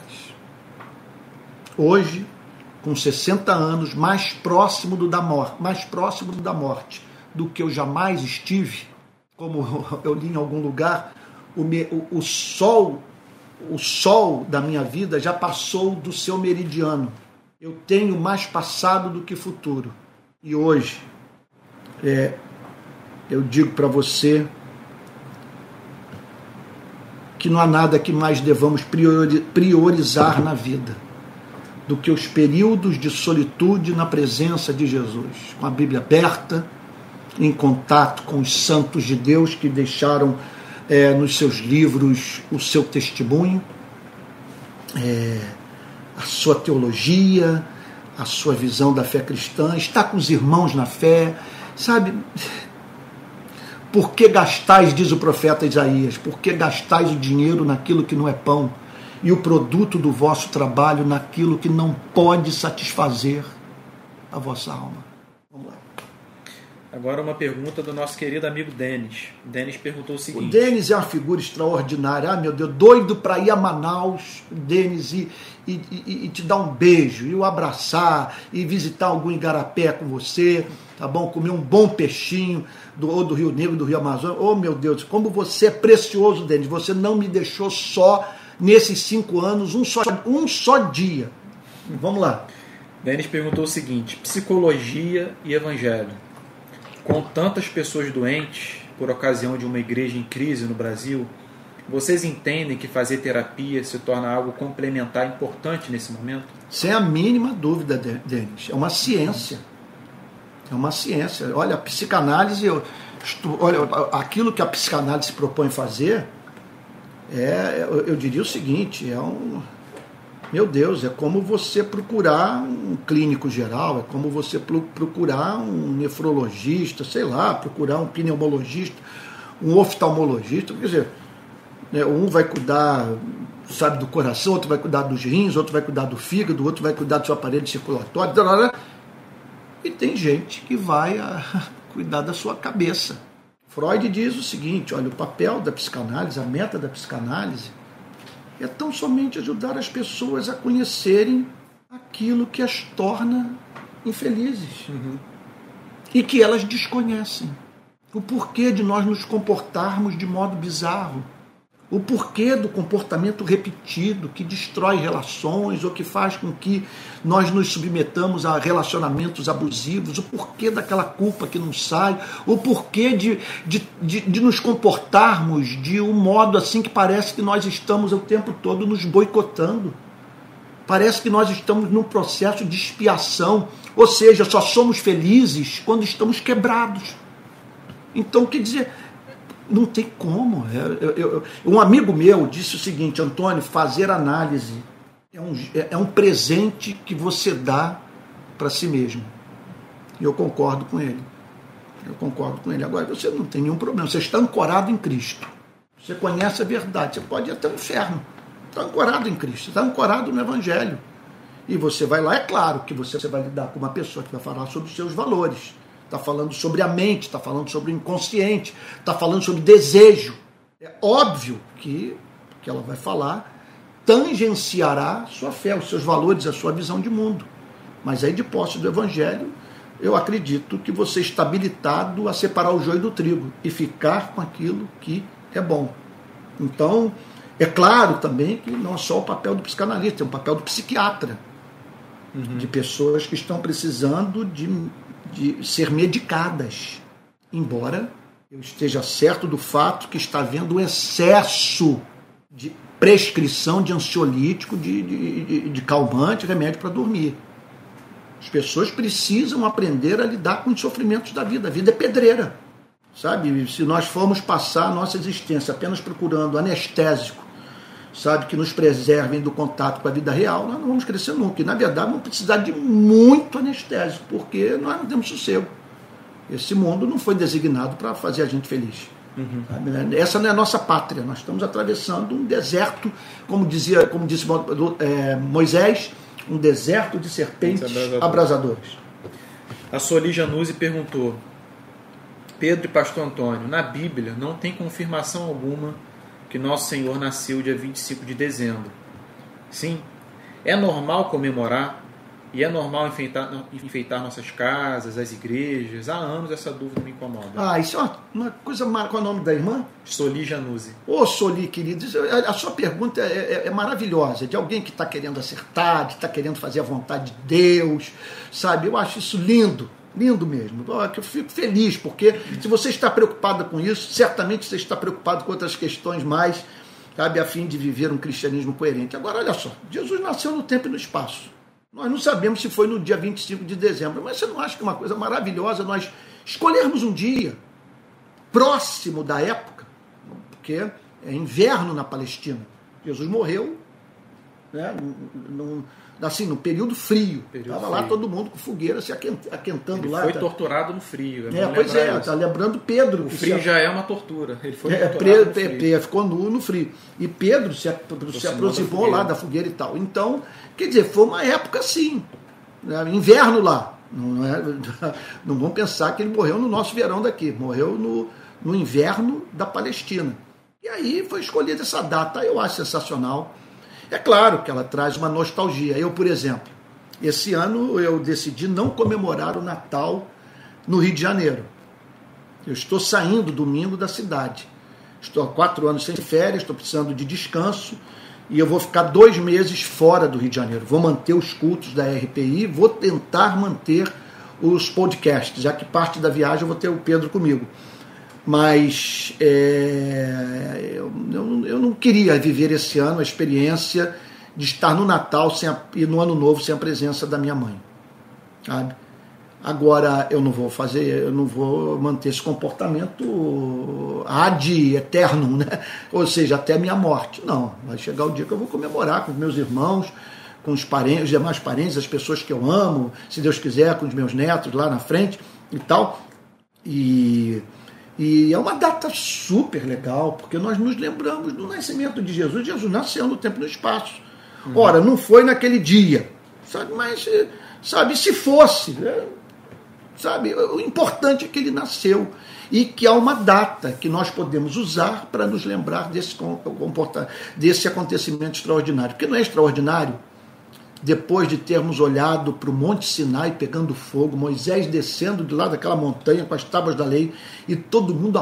A: Hoje, com sessenta anos, mais próximo do da morte, mais próximo da morte do que eu jamais estive, como eu li em algum lugar, o, me, o, o sol, o sol da minha vida já passou do seu meridiano. Eu tenho mais passado do que futuro. E hoje, é, eu digo para você que não há nada que mais devamos priori, priorizar na vida do que os períodos de solitude na presença de Jesus, com a Bíblia aberta, em contato com os santos de Deus que deixaram é, nos seus livros o seu testemunho, é, a sua teologia, a sua visão da fé cristã, estar com os irmãos na fé, sabe? Por que gastais, diz o profeta Isaías, por que gastais o dinheiro naquilo que não é pão e o produto do vosso trabalho naquilo que não pode satisfazer a vossa alma? Vamos lá.
B: Agora uma pergunta do nosso querido amigo Denis. Denis perguntou o seguinte...
A: O Denis é uma figura extraordinária. Ah, meu Deus, doido para ir a Manaus, Denis, e, e, e, e te dar um beijo, e o abraçar, e visitar algum igarapé com você, tá bom? Comer um bom peixinho, do, ou do Rio Negro, do Rio Amazonas. Oh, meu Deus, como você é precioso, Denis. Você não me deixou só nesses cinco anos, um só, um só dia. Vamos lá.
B: Denis perguntou o seguinte: psicologia e evangelho. Com tantas pessoas doentes, por ocasião de uma igreja em crise no Brasil, vocês entendem que fazer terapia se torna algo complementar importante nesse momento?
A: Sem a mínima dúvida, Denis. É uma ciência. É uma ciência. Olha, a psicanálise, eu, olha, aquilo que a psicanálise se propõe fazer, é, eu, eu diria o seguinte, é um... Meu Deus, é como você procurar um clínico geral, é como você procurar um nefrologista, sei lá, procurar um pneumologista, um oftalmologista. Quer dizer, um vai cuidar, sabe, do coração, outro vai cuidar dos rins, outro vai cuidar do fígado, outro vai cuidar do seu aparelho circulatório. E tem gente que vai a, cuidar da sua cabeça. Freud diz o seguinte, olha, o papel da psicanálise, a meta da psicanálise, é tão somente ajudar as pessoas a conhecerem aquilo que as torna infelizes. Uhum. E que elas desconhecem. O porquê de nós nos comportarmos de modo bizarro. O porquê do comportamento repetido que destrói relações ou que faz com que nós nos submetamos a relacionamentos abusivos, o porquê daquela culpa que não sai, o porquê de, de, de, de nos comportarmos de um modo assim que parece que nós estamos o tempo todo nos boicotando. Parece que nós estamos num processo de expiação, ou seja, só somos felizes quando estamos quebrados. Então, quer dizer... Não tem como. Eu, eu, eu, um amigo meu disse o seguinte: Antônio, fazer análise é um, é um presente que você dá para si mesmo. E eu concordo com ele. Eu concordo com ele. Agora, você não tem nenhum problema. Você está ancorado em Cristo. Você conhece a verdade. Você pode ir até o inferno. Está ancorado em Cristo. Está ancorado no Evangelho. E você vai lá, é claro que você vai lidar com uma pessoa que vai falar sobre os seus valores. Está falando sobre a mente, está falando sobre o inconsciente, está falando sobre desejo. É óbvio que o que ela vai falar tangenciará a sua fé, os seus valores, a sua visão de mundo. Mas aí, de posse do Evangelho, eu acredito que você está habilitado a separar o joio do trigo e ficar com aquilo que é bom. Então, é claro também que não é só o papel do psicanalista, é o papel do psiquiatra, uhum. de pessoas que estão precisando de... de ser medicadas, embora eu esteja certo do fato que está havendo um excesso de prescrição de ansiolítico, de, de, de, de calmante, remédio para dormir. As pessoas precisam aprender a lidar com os sofrimentos da vida. A vida é pedreira. sabe? Se nós formos passar a nossa existência apenas procurando anestésico, sabe, que nos preservem do contato com a vida real, nós não vamos crescer nunca. E, na verdade, vamos precisar de muito anestésico, porque nós não temos sossego. Esse mundo não foi designado para fazer a gente feliz. Uhum. Essa não é a nossa pátria. Nós estamos atravessando um deserto, como dizia, como disse é, Moisés, um deserto de serpentes abrasadores. abrasadores.
B: A Soli Januzzi perguntou: Pedro e Pastor Antônio, na Bíblia não tem confirmação alguma que Nosso Senhor nasceu dia vinte e cinco de dezembro. Sim, é normal comemorar e é normal enfeitar, enfeitar nossas casas, as igrejas. Há anos essa dúvida me incomoda.
A: Ah, isso é uma, uma coisa... Qual é o nome da irmã?
B: Soli Januzzi.
A: Ô, Soli, querido, a sua pergunta é, é, é maravilhosa, de alguém que está querendo acertar, que está querendo fazer a vontade de Deus, sabe? Eu acho isso lindo, lindo mesmo. Eu fico feliz, porque se você está preocupada com isso, certamente você está preocupado com outras questões mais, sabe, a fim de viver um cristianismo coerente. Agora, olha só, Jesus nasceu no tempo e no espaço. Nós não sabemos se foi no dia vinte e cinco de dezembro, mas você não acha que é uma coisa maravilhosa nós escolhermos um dia próximo da época, porque é inverno na Palestina. Jesus morreu, né, num, assim, no período frio. Estava lá todo mundo com fogueira se aquentando.
B: Ele
A: lá.
B: Foi
A: tá...
B: torturado no frio.
A: É, pois é, está lembrando Pedro.
B: O frio se... já é uma tortura. Ele foi
A: é,
B: torturado
A: pre... no frio. Ficou nu no frio. E Pedro se, aproximou, se aproximou da lá da fogueira e tal. Então, quer dizer, foi uma época assim, né, inverno lá. Não, é, não vamos pensar que ele morreu no nosso verão daqui. Morreu no, no inverno da Palestina. E aí foi escolhida essa data. Eu acho sensacional. É claro que ela traz uma nostalgia. Eu, por exemplo, esse ano eu decidi não comemorar o Natal no Rio de Janeiro. Eu estou saindo domingo da cidade. Estou há quatro anos sem férias, estou precisando de descanso e eu vou ficar dois meses fora do Rio de Janeiro. Vou manter os cultos da R P I, vou tentar manter os podcasts, já que parte da viagem eu vou ter o Pedro comigo. Mas é, eu, eu, eu não queria viver esse ano a experiência de estar no Natal sem a, e no Ano Novo sem a presença da minha mãe, sabe? Agora eu não vou fazer, eu não vou manter esse comportamento ad eterno, né? Ou seja, até a minha morte. Não, vai chegar o dia que eu vou comemorar com os meus irmãos, com os parentes, os demais parentes, as pessoas que eu amo, se Deus quiser, com os meus netos lá na frente e tal. E... E é uma data super legal, porque nós nos lembramos do nascimento de Jesus. Jesus nasceu no tempo e no espaço. Uhum. Ora, não foi naquele dia, sabe? Mas, sabe, se fosse, sabe? O importante é que ele nasceu e que há uma data que nós podemos usar para nos lembrar desse, desse acontecimento extraordinário. Porque não é extraordinário? Depois de termos olhado para o Monte Sinai pegando fogo, Moisés descendo de lá daquela montanha com as tábuas da lei e todo mundo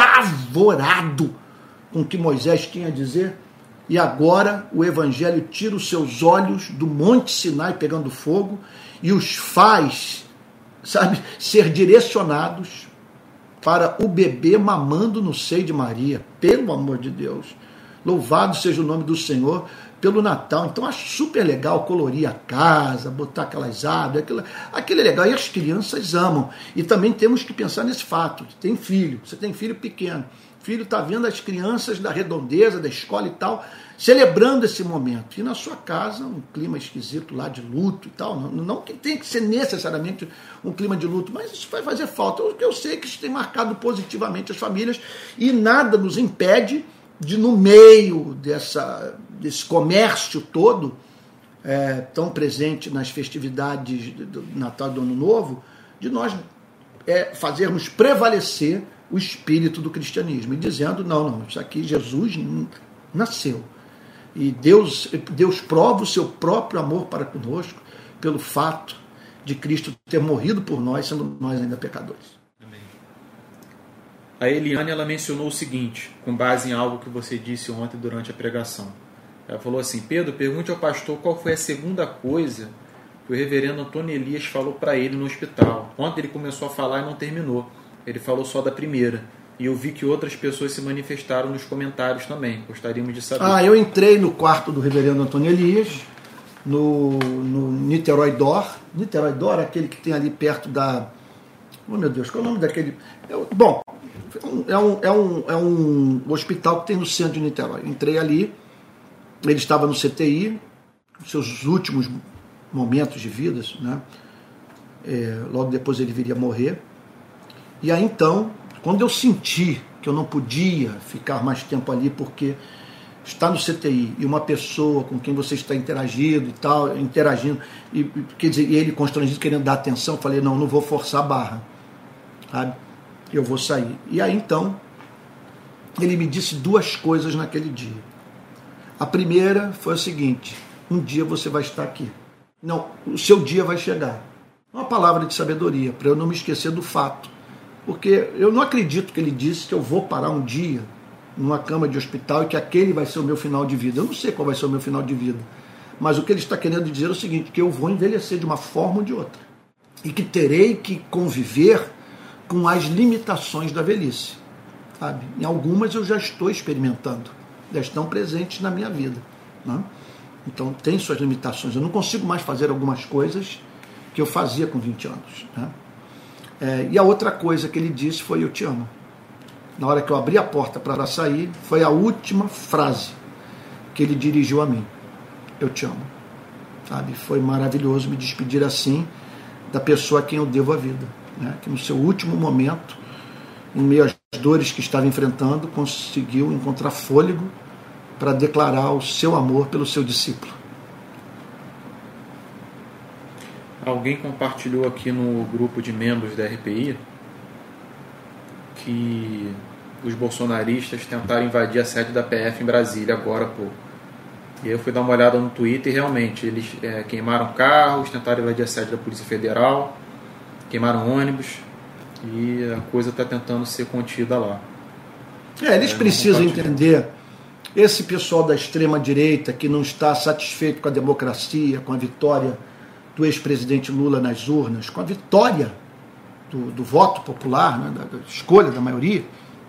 A: apavorado com o que Moisés tinha a dizer, e agora o Evangelho tira os seus olhos do Monte Sinai pegando fogo e os faz, sabe, ser direcionados para o bebê mamando no seio de Maria. Pelo amor de Deus, louvado seja o nome do Senhor pelo Natal. Então acho super legal colorir a casa, botar aquelas árvores, aquilo, aquilo é legal, e as crianças amam. E também temos que pensar nesse fato, tem filho, você tem filho pequeno, filho está vendo as crianças da redondeza, da escola e tal, celebrando esse momento, e na sua casa um clima esquisito lá de luto e tal, não, não que tenha que ser necessariamente um clima de luto, mas isso vai fazer falta. O que eu sei é que isso tem marcado positivamente as famílias, e nada nos impede de, no meio dessa, desse comércio todo, é, tão presente nas festividades do Natal e do Ano Novo, de nós é, fazermos prevalecer o espírito do cristianismo, e dizendo, não, não, isso aqui Jesus nasceu. E Deus, Deus prova o seu próprio amor para conosco pelo fato de Cristo ter morrido por nós, sendo nós ainda pecadores.
B: A Eliane, ela mencionou o seguinte, com base em algo que você disse ontem durante a pregação. Ela falou assim: Pedro, pergunte ao pastor qual foi a segunda coisa que o reverendo Antônio Elias falou para ele no hospital. Ontem ele começou a falar e não terminou. Ele falou só da primeira. E eu vi que outras pessoas se manifestaram nos comentários também. Gostaríamos de saber.
A: Ah, eu entrei no quarto do reverendo Antônio Elias, no, no Niterói Dor. Niterói Dor é aquele que tem ali perto da... Oh, meu Deus, qual é o nome daquele... Eu, bom, É um, é, um, é um hospital que tem no centro de Niterói. Entrei ali, ele estava no C T I, nos seus últimos momentos de vida, né? É, logo depois ele viria a morrer. E aí então, quando eu senti que eu não podia ficar mais tempo ali, porque está no C T I e uma pessoa com quem você está interagindo e tal, interagindo, e, quer dizer, e ele constrangido, querendo dar atenção, eu falei, não, não vou forçar a barra, sabe? Eu vou sair. E aí então, ele me disse duas coisas naquele dia. A primeira foi o seguinte: um dia você vai estar aqui. Não, o seu dia vai chegar. Uma palavra de sabedoria, para eu não me esquecer do fato. Porque eu não acredito que ele disse que eu vou parar um dia numa cama de hospital e que aquele vai ser o meu final de vida. Eu não sei qual vai ser o meu final de vida. Mas o que ele está querendo dizer é o seguinte, que eu vou envelhecer de uma forma ou de outra. E que terei que conviver com as limitações da velhice. Sabe? Em algumas eu já estou experimentando. Já estão presentes na minha vida. Né? Então tem suas limitações. Eu não consigo mais fazer algumas coisas que eu fazia com vinte anos. Né? É, e a outra coisa que ele disse foi: eu te amo. Na hora que eu abri a porta para sair, foi a última frase que ele dirigiu a mim: eu te amo. Sabe? Foi maravilhoso me despedir assim da pessoa a quem eu devo a vida, né? Que no seu último momento, em meio às dores que estava enfrentando, conseguiu encontrar fôlego para declarar o seu amor pelo seu discípulo.
B: Alguém compartilhou aqui no grupo de membros da R P I que os bolsonaristas tentaram invadir a sede da P F em Brasília agora há pouco. E aí eu fui dar uma olhada no Twitter e realmente eles é, queimaram carros, tentaram invadir a sede da Polícia Federal, queimaram ônibus e a coisa está tentando ser contida lá.
A: É, eles
B: é,
A: precisam entender, esse pessoal da extrema-direita que não está satisfeito com a democracia, com a vitória do ex-presidente Lula nas urnas, com a vitória do, do voto popular, né, da, da escolha da maioria,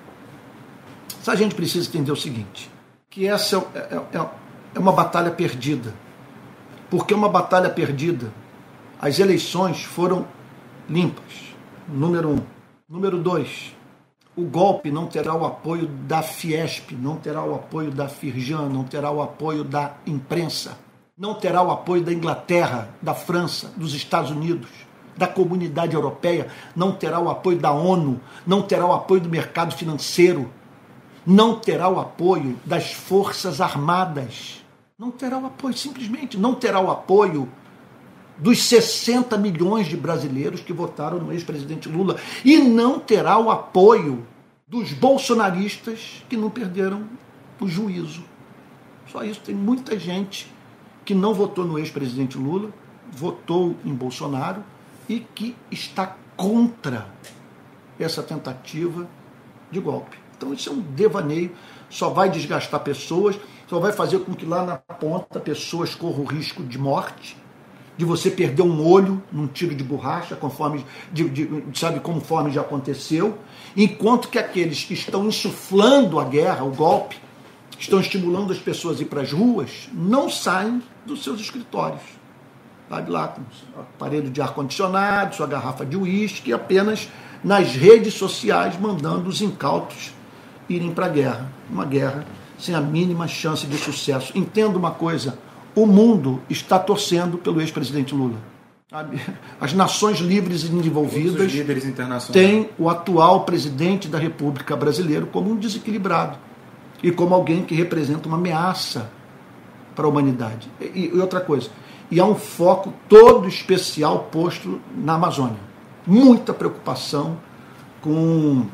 A: essa gente precisa entender o seguinte, que essa é, é, é uma batalha perdida. Porque é uma batalha perdida. As eleições foram limpas, número um. Número dois, o golpe não terá o apoio da Fiesp, não terá o apoio da Firjan, não terá o apoio da imprensa, não terá o apoio da Inglaterra, da França, dos Estados Unidos, da comunidade europeia, não terá o apoio da ONU, não terá o apoio do mercado financeiro, não terá o apoio das Forças Armadas, não terá o apoio, simplesmente, não terá o apoio dos sessenta milhões de brasileiros que votaram no ex-presidente Lula, e não terá o apoio dos bolsonaristas que não perderam o juízo. Só isso, tem muita gente que não votou no ex-presidente Lula, votou em Bolsonaro e que está contra essa tentativa de golpe. Então isso é um devaneio, só vai desgastar pessoas, só vai fazer com que lá na ponta pessoas corram o risco de morte, de você perder um olho num tiro de borracha, conforme, de, de, sabe, conforme já aconteceu, enquanto que aqueles que estão insuflando a guerra, o golpe, estão estimulando as pessoas a ir para as ruas, não saem dos seus escritórios. Sabe, lá com o aparelho de ar-condicionado, sua garrafa de uísque, e apenas nas redes sociais mandando os incautos irem para a guerra. Uma guerra sem a mínima chance de sucesso. Entenda uma coisa, o mundo está torcendo pelo ex-presidente Lula. Sabe? As nações livres e desenvolvidas têm o atual presidente da República Brasileira como um desequilibrado e como alguém que representa uma ameaça para a humanidade. E, e outra coisa, e há um foco todo especial posto na Amazônia. Muita preocupação com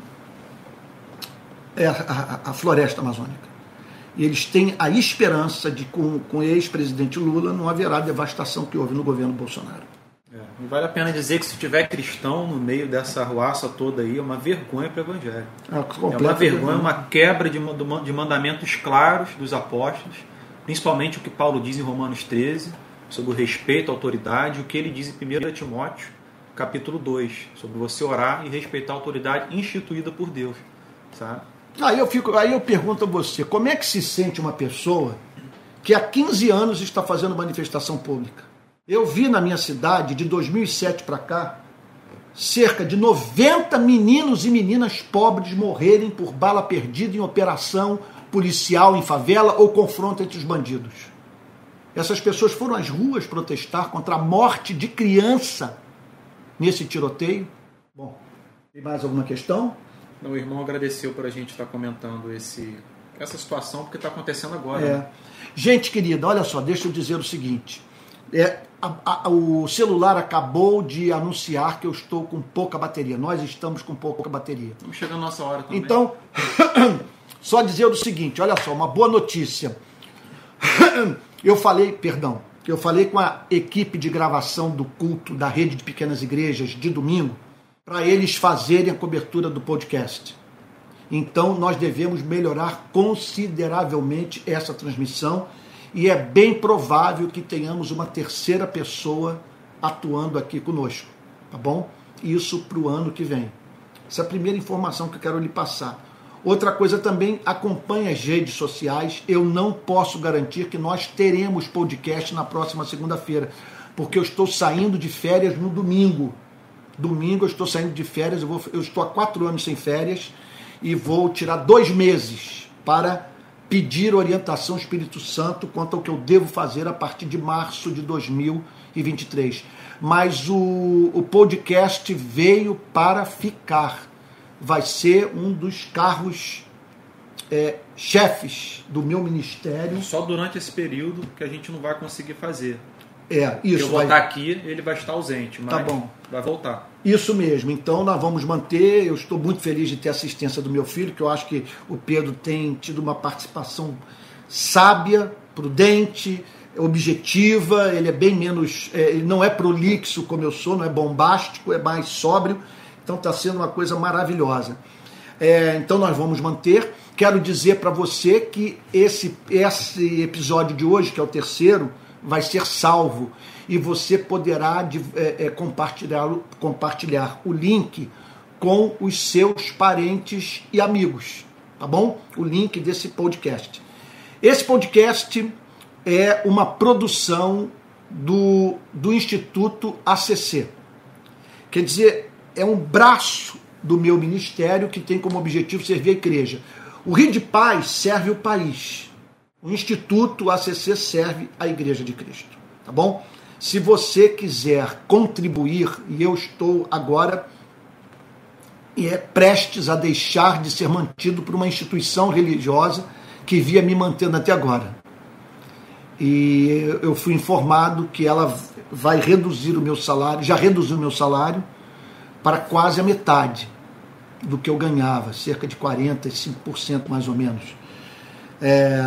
A: a, a, a floresta amazônica. E eles têm a esperança de que com, com o ex-presidente Lula não haverá a devastação que houve no governo Bolsonaro.
B: É, e vale a pena dizer que se tiver cristão no meio dessa arruaça toda aí, é uma vergonha para o Evangelho. É, é uma vergonha, uma quebra de, de mandamentos claros dos apóstolos, principalmente o que Paulo diz em Romanos treze, sobre o respeito à autoridade, o que ele diz em primeiro Timóteo, capítulo dois, sobre você orar e respeitar a autoridade instituída por Deus. Sabe?
A: Aí eu, fico, aí eu pergunto a você, como é que se sente uma pessoa que há quinze anos está fazendo manifestação pública? Eu vi na minha cidade, de dois mil e sete para cá, cerca de noventa meninos e meninas pobres morrerem por bala perdida em operação policial em favela ou confronto entre os bandidos. Essas pessoas foram às ruas protestar contra a morte de criança nesse tiroteio. Bom, tem mais alguma questão?
B: Não, o irmão agradeceu por a gente estar comentando esse, essa situação, porque está acontecendo agora.
A: É.
B: Né?
A: Gente querida, olha só, deixa eu dizer o seguinte. É, a, a, o celular acabou de anunciar que eu estou com pouca bateria. Nós estamos com pouca bateria.
B: Estamos chegando a nossa hora também.
A: Então, só dizer o seguinte, olha só, uma boa notícia. Eu falei, perdão, eu falei com a equipe de gravação do culto da Rede de Pequenas Igrejas de domingo, para eles fazerem a cobertura do podcast. Então, nós devemos melhorar consideravelmente essa transmissão e é bem provável que tenhamos uma terceira pessoa atuando aqui conosco, tá bom? Isso para o ano que vem. Essa é a primeira informação que eu quero lhe passar. Outra coisa também, acompanhe as redes sociais. Eu não posso garantir que nós teremos podcast na próxima segunda-feira, porque eu estou saindo de férias no domingo. Domingo eu estou saindo de férias, eu, vou, eu estou há quatro anos sem férias e vou tirar dois meses para pedir orientação ao Espírito Santo quanto ao que eu devo fazer a partir de março de dois mil e vinte e três. Mas o, o podcast veio para ficar. Vai ser um dos carros é, chefes do meu ministério.
B: Só durante esse período que a gente não vai conseguir fazer.
A: É, isso.
B: Eu vou
A: vai...
B: estar aqui, ele vai estar ausente, mas
A: tá bom.
B: Vai voltar.
A: Isso mesmo. Então nós vamos manter. Eu estou muito feliz de ter a assistência do meu filho, que eu acho que o Pedro tem tido uma participação sábia, prudente, objetiva. Ele é bem menos... É, ele não é prolixo como eu sou, não é bombástico, é mais sóbrio. Então está sendo uma coisa maravilhosa. É, então nós vamos manter. Quero dizer para você que esse, esse episódio de hoje, que é o terceiro, vai ser salvo. E você poderá é, é, compartilhar, compartilhar o link com os seus parentes e amigos. Tá bom? O link desse podcast. Esse podcast é uma produção do, do Instituto A C C. Quer dizer... é um braço do meu ministério que tem como objetivo servir a igreja. O Rio de Paz serve o país. O Instituto A C C serve a Igreja de Cristo. Tá bom? Se você quiser contribuir, e eu estou agora é, prestes a deixar de ser mantido por uma instituição religiosa que via me mantendo até agora. E eu fui informado que ela vai reduzir o meu salário, já reduziu o meu salário, para quase a metade do que eu ganhava, cerca de quarenta e cinco por cento mais ou menos. É,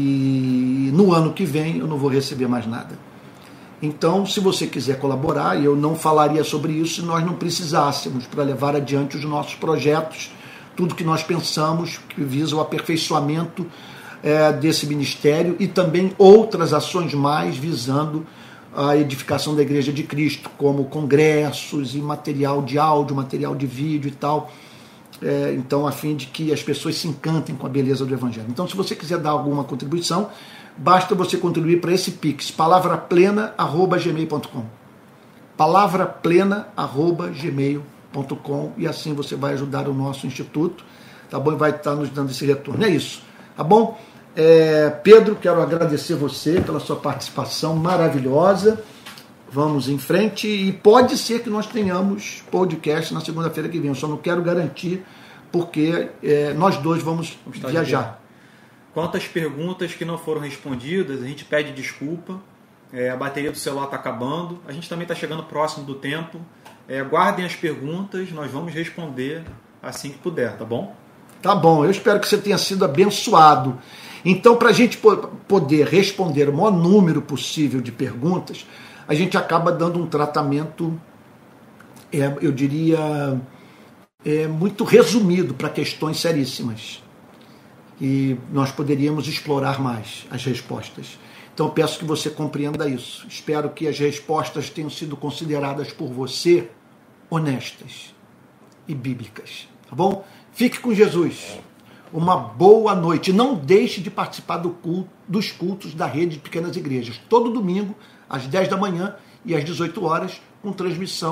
A: e no ano que vem eu não vou receber mais nada. Então, se você quiser colaborar, eu não falaria sobre isso se nós não precisássemos para levar adiante os nossos projetos, tudo que nós pensamos que visa o aperfeiçoamento é, desse ministério e também outras ações mais visando a edificação da Igreja de Cristo, como congressos e material de áudio, material de vídeo e tal, é, então a fim de que as pessoas se encantem com a beleza do Evangelho. Então, se você quiser dar alguma contribuição, basta você contribuir para esse Pix, palavraplena arroba gmail ponto com, palavraplena arroba gmail ponto com, e assim você vai ajudar o nosso instituto, tá bom? E vai estar nos dando esse retorno. É isso, tá bom? É, Pedro, quero agradecer você pela sua participação maravilhosa. Vamos em frente e pode ser que nós tenhamos podcast na segunda-feira que vem. Eu só não quero garantir porque é, nós dois vamos, vamos viajar.
B: Quanto às perguntas que não foram respondidas, a gente pede desculpa. É, a bateria do celular está acabando. A gente também está chegando próximo do tempo. É, guardem as perguntas, nós vamos responder assim que puder, tá bom?
A: Tá bom, eu espero que você tenha sido abençoado. Então, para a gente poder responder o maior número possível de perguntas, a gente acaba dando um tratamento, é, eu diria, é, muito resumido para questões seríssimas. E nós poderíamos explorar mais as respostas. Então, eu peço que você compreenda isso. Espero que as respostas tenham sido consideradas por você honestas e bíblicas. Tá bom? Fique com Jesus. Uma boa noite. Não deixe de participar do culto, dos cultos da Rede de Pequenas Igrejas. Todo domingo, às dez da manhã e às dezoito horas, com transmissão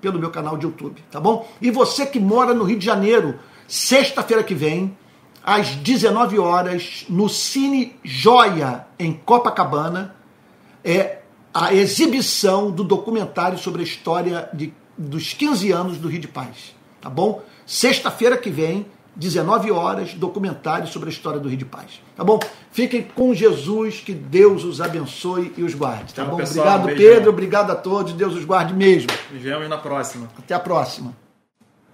A: pelo meu canal de YouTube, tá bom? E você que mora no Rio de Janeiro, sexta-feira que vem, às dezenove horas, no Cine Joia, em Copacabana, é a exibição do documentário sobre a história de, dos quinze anos do Rio de Paz, tá bom? Sexta-feira que vem, dezenove horas, documentário sobre a história do Rio de Paz, tá bom? Fiquem com Jesus, que Deus os abençoe e os guarde, tá
B: Tchau,
A: bom?
B: pessoal,
A: Obrigado,
B: um
A: Pedro, obrigado a todos, Deus os guarde mesmo.
B: Nos vemos na próxima.
A: Até a próxima.